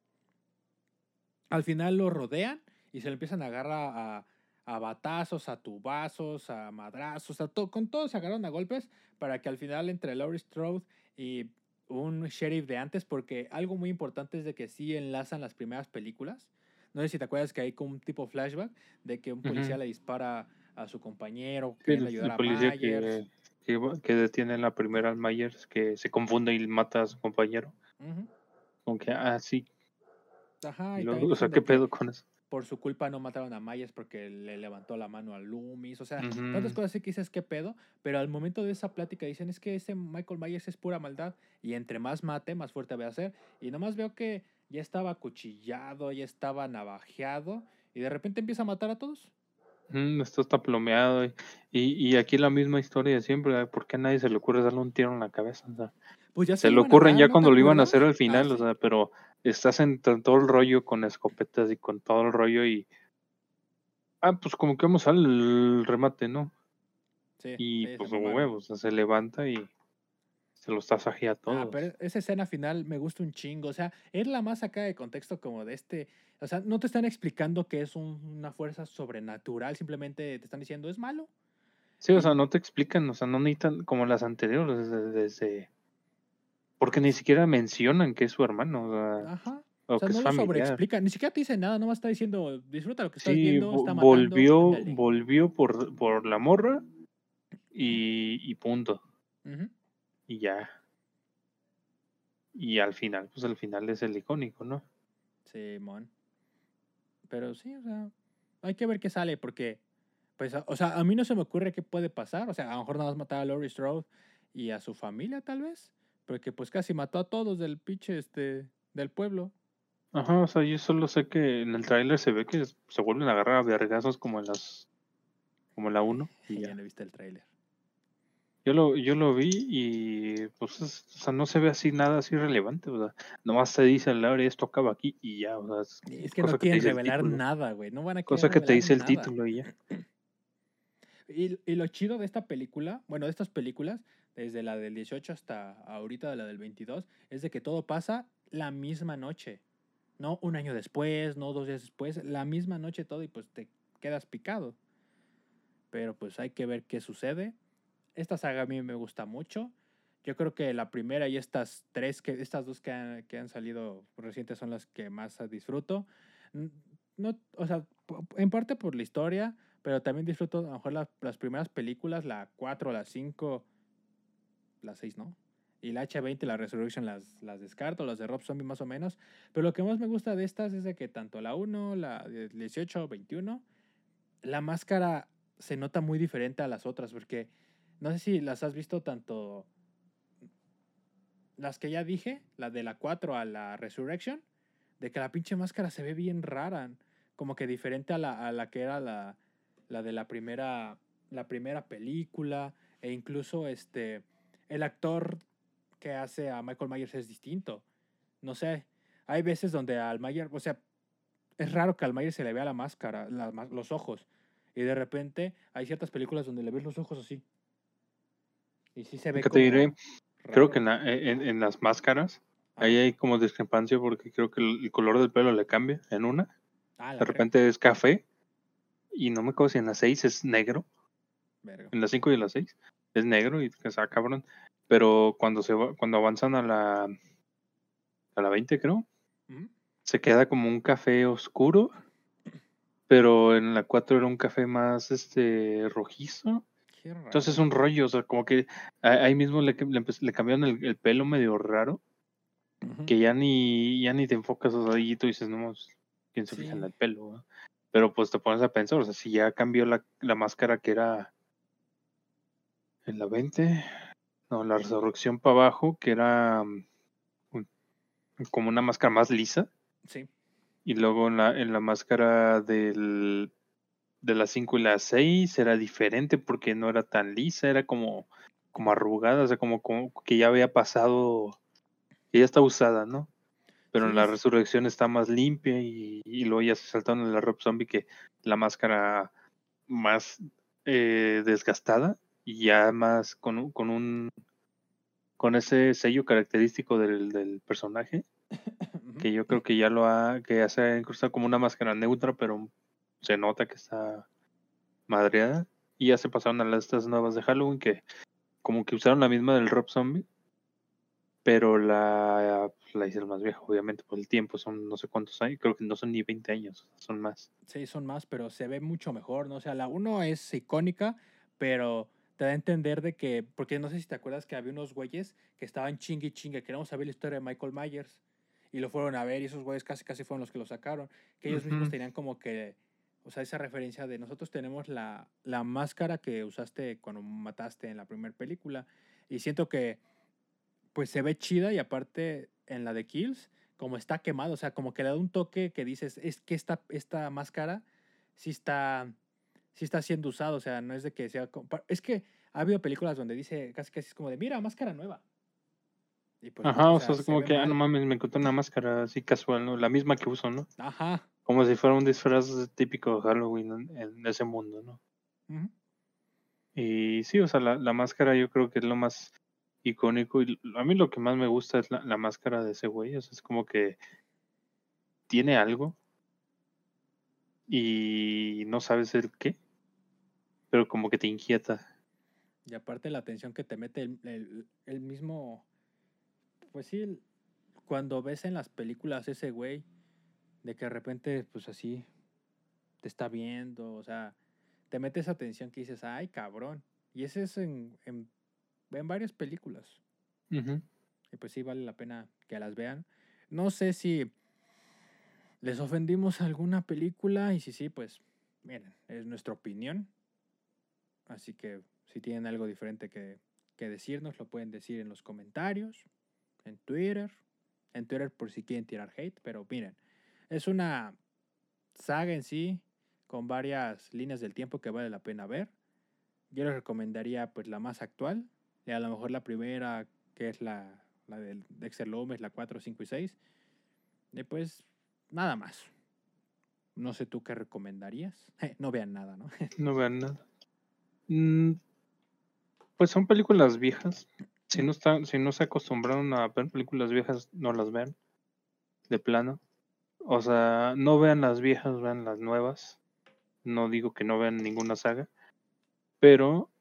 al final lo rodean y se le empiezan a agarrar a batazos, a tubazos, a madrazos, con todos se agarran a golpes para que al final entre Laurie Strode y un sheriff de antes, porque algo muy importante es de que sí enlazan las primeras películas, No sé si te acuerdas que hay como un tipo flashback de que un policía Ujú. le dispara a su compañero Sí, queriendo el ayudar a policía Myers. que detiene en la primera al Myers, que se confunde y mata a su compañero. Ujú. Como que, sí. Ajá, Y y también luego, o sea, dicen ¿qué de que pedo con eso? por su culpa no mataron a Myers porque le levantó la mano a Loomis. O sea, tantas Ujú. cosas así que dices, ¿qué pedo? Pero al momento de esa plática dicen, es que ese Michael Myers es pura maldad. Y entre más mate, más fuerte va a ser. Y nomás veo que ya estaba acuchillado, ya estaba navajeado. Y de repente empieza a matar a todos. Esto está plomeado. Y aquí la misma historia de siempre. ¿Por qué a nadie se le ocurre darle un tiro en la cabeza? O sea, Pues ya se se lo le iban a ocurren dar, ya ¿no te cuando lo iban a hacer acuerdas? al Ah, final, o sí. sea, pero estás en todo el rollo con escopetas y con todo el rollo y... pues como que vamos al remate, ¿no? Sí, Y sí, se pues mamaron. huevos, o sea, se levanta y se los tasaje a Pero todos. esa escena final me gusta un chingo. O sea, es la más acá de contexto como de este. O sea, no te están explicando que es una fuerza sobrenatural, simplemente te están diciendo es malo. Sí, o sea, Y, no te explican, o sea, no necesitan como las anteriores, porque ni siquiera mencionan que es su hermano, o sea, ajá. O o sea, que no es lo familiar. sobreexplica, ni siquiera te dice nada, nomás está diciendo, disfruta lo que estás Sí, viendo, está matando, ándale. volvió por la morra y punto. Ujú. Y ya. Y al final, pues al final es el icónico, ¿no? Simón. Pero sí, o sea, hay que ver qué sale, porque, pues, o sea, a mí no se me ocurre qué puede pasar. O sea, a lo mejor nada más matar a Laurie Strode y a su familia, tal vez. Porque, pues, casi mató a todos del pinche, del pueblo. Ajá, o sea, yo solo sé que en el tráiler se ve que se vuelven a agarrar a vergazos como en la uno y Ya ya. no viste el tráiler. Yo lo vi y pues, o sea, no se ve así nada así relevante, o sea, nomás se dice al aire esto acaba aquí y ya, o sea, es Es que no cosa que te quieren dice el revelar título, nada, güey. No van a querer cosa que te revelar dice el nada. título y ya. Y lo chido de esta película, bueno, de estas películas, desde la del 18 hasta ahorita de la del 22, es de que todo pasa la misma noche. No un año después, no 2 días después, la misma noche todo y pues te quedas picado. Pero pues hay que ver qué sucede. Esta saga a mí me gusta mucho. Yo creo que la primera y estas dos que han salido recientes son las que más disfruto. No, o sea, en parte por la historia, pero también disfruto a lo mejor las primeras películas, la 4, la 5, la 6, ¿no? Y la H20, la Resurrection las descarto, las de Rob Zombie más o menos. Pero lo que más me gusta de estas es de que tanto la 1, la 18, 21, la máscara se nota muy diferente a las otras, porque no sé si las has visto tanto las que ya dije, la de la 4 a la Resurrection, de que la pinche máscara se ve bien rara, como que diferente a la que era la de la primera película, e incluso el actor que hace a Michael Myers es distinto. No sé, hay veces donde al Myers, o sea, es raro que al Myers se le vea la máscara, los ojos, y de repente hay ciertas películas donde le ves los ojos así, y sí se ve ¿Qué te diré? como Creo que raro. en las máscaras ahí Ajá. hay como discrepancia porque creo que el color del pelo le cambia en una, Ah, la de verga. repente es café y no me acuerdo si en la 6 es negro, Verga. en la 5 y en la 6 es negro y que está cabrón, pero cuando avanzan a la 20 creo, Ujú. se queda como un café oscuro, pero en la 4 era un café más rojizo. Qué Entonces es raro. un rollo, o sea, como que ahí mismo le cambiaron el pelo medio raro, Ujú. que ya ni te enfocas, o sea, y tú dices, no, pues, ¿quién se fija en Sí. el pelo? ¿Va? Pero pues te pones a pensar, o sea, si ya cambió la máscara que era en la 20, no, la resurrección para abajo, que era un- como una máscara más lisa, Sí. y luego en la máscara de la 5 y la 6 era diferente porque no era tan lisa, era como arrugada, o sea, como que ya había pasado, que ya está usada, ¿no? Pero en Sí, la resurrección está más limpia y luego ya se saltaron en la Rob Zombie que la máscara más desgastada y ya más con ese sello característico del personaje, ujú. que yo creo que que ya se ha incrustado como una máscara neutra, pero se nota que está madreada. Y ya se pasaron a estas nuevas de Halloween que como que usaron la misma del Rob Zombie, pero la hicieron más vieja, obviamente, por el tiempo, son no sé cuántos años, creo que no son ni 20 años, son más. Sí, son más, pero se ve mucho mejor, ¿no? O sea, la 1 es icónica, pero te da a entender de que, porque no sé si te acuerdas que había unos güeyes que estaban chingue y chingue, queríamos saber la historia de Michael Myers, y lo fueron a ver, y esos güeyes casi casi fueron los que lo sacaron, que ellos mismos Ujú. tenían como que, o sea, esa referencia de nosotros tenemos la máscara que usaste cuando mataste en la primera película, y siento que pues se ve chida y aparte en la de Kills, como está quemado, o sea, como que le da un toque que dices, es que esta máscara sí está, sí está siendo usada, o sea, no es de que sea... Es que ha habido películas donde dice casi casi es como de, mira, máscara nueva. Y pues no, Ajá, o o sea, sea, es se como ve que, no mal. mames, me encontré una máscara así casual, ¿no? La misma que uso, ¿no? Ajá. Como si fuera un disfraz típico de Halloween en ese mundo, ¿no? Ujú. Y sí, o sea, la máscara yo creo que es lo más icónico y a mí lo que más me gusta es la máscara de ese güey, o sea, es como que tiene algo y no sabes el qué, pero como que te inquieta. Y aparte la atención que te mete el mismo, pues sí, cuando ves en las películas ese güey, de que de repente, pues así, te está viendo, o sea, te mete esa atención que dices, ay, cabrón. Y ese es en varias películas. Ujú. Y pues sí, vale la pena que las vean. No sé si les ofendimos a alguna película y si sí, pues miren, es nuestra opinión. Así que si tienen algo diferente que decirnos, lo pueden decir en los comentarios, en Twitter. En Twitter por si quieren tirar hate, pero miren, es una saga en sí con varias líneas del tiempo que vale la pena ver. Yo les recomendaría pues la más actual, y a lo mejor la primera, que es la del Dexter Loomis, la 4, 5 y 6. Y pues nada más. No sé tú qué recomendarías. No vean nada, ¿no? No vean nada. Mm, pues son películas viejas. Si no se acostumbraron a ver películas viejas, no las vean, de plano. O sea, no vean las viejas, vean las nuevas. No digo que no vean ninguna saga, pero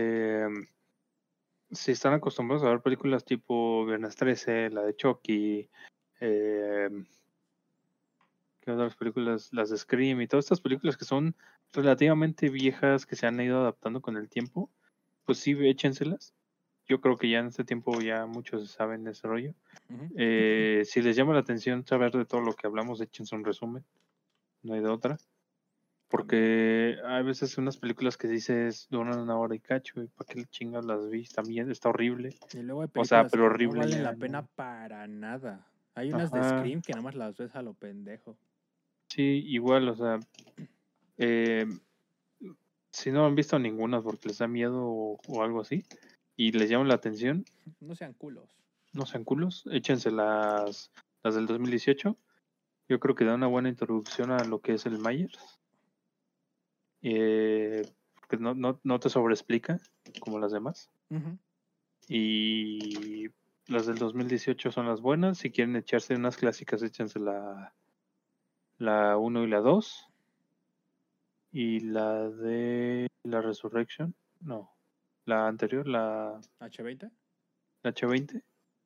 si están acostumbrados a ver películas tipo Viernes 13, la de Chucky, eh, ¿qué otras películas? Las de Scream y todas estas películas que son relativamente viejas, que se han ido adaptando con el tiempo, pues sí, échenselas. Yo creo que ya en este tiempo ya muchos saben ese rollo. Ujú. Si les llama la atención saber de todo lo que hablamos, échense un resumen, no hay de otra. También. Porque hay veces unas películas que dices duran una hora y cacho, y para qué chingas las vi, también está horrible. Y luego hay O sea, películas pero que no horrible valen ya, la pena ¿no? para nada. Hay unas de Ajá, Scream que nada más las ves a lo pendejo. sí, igual, o sea, eh, si no han visto ninguna porque les da miedo o algo así, y les llama la atención, No sean culos. no sean culos, échense las del 2018. Yo creo que da una buena introducción a lo que es el Myers. Porque no te sobreexplica como las demás. Ujú. Y las del 2018 son las buenas. Si quieren echarse unas clásicas, échense la 1 y la 2. Y la de la Resurrection. No, la anterior, H20. la H20.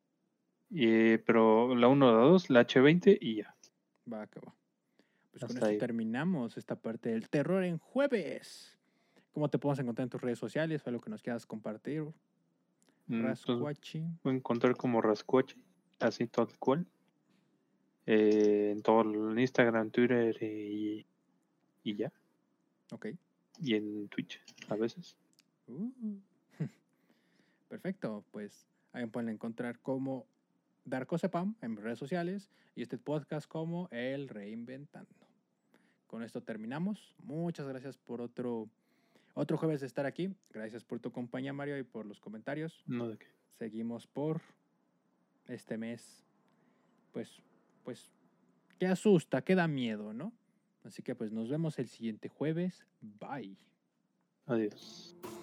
Pero la 1, la 2, la H20 y ya. Va, que va. Pues con Hasta esto ahí. terminamos esta parte del terror en jueves. ¿Cómo te podemos encontrar en tus redes sociales o algo que nos quieras compartir? Entonces Rascuachi. pueden encontrar como Rascoche, así tal cual. En todo el Instagram, Twitter y ya. Ok. Y en Twitch a veces. Uh. Perfecto. Pues ahí pueden encontrar como Darkosepam en redes sociales y este podcast como El Reinventando. Con esto terminamos. Muchas gracias por otro jueves de estar aquí. Gracias por tu compañía, Mario, y por los comentarios. No de qué. Seguimos por este mes. Pues, pues, que asusta, que da miedo, ¿no? Así que pues nos vemos el siguiente jueves. Bye. Adiós.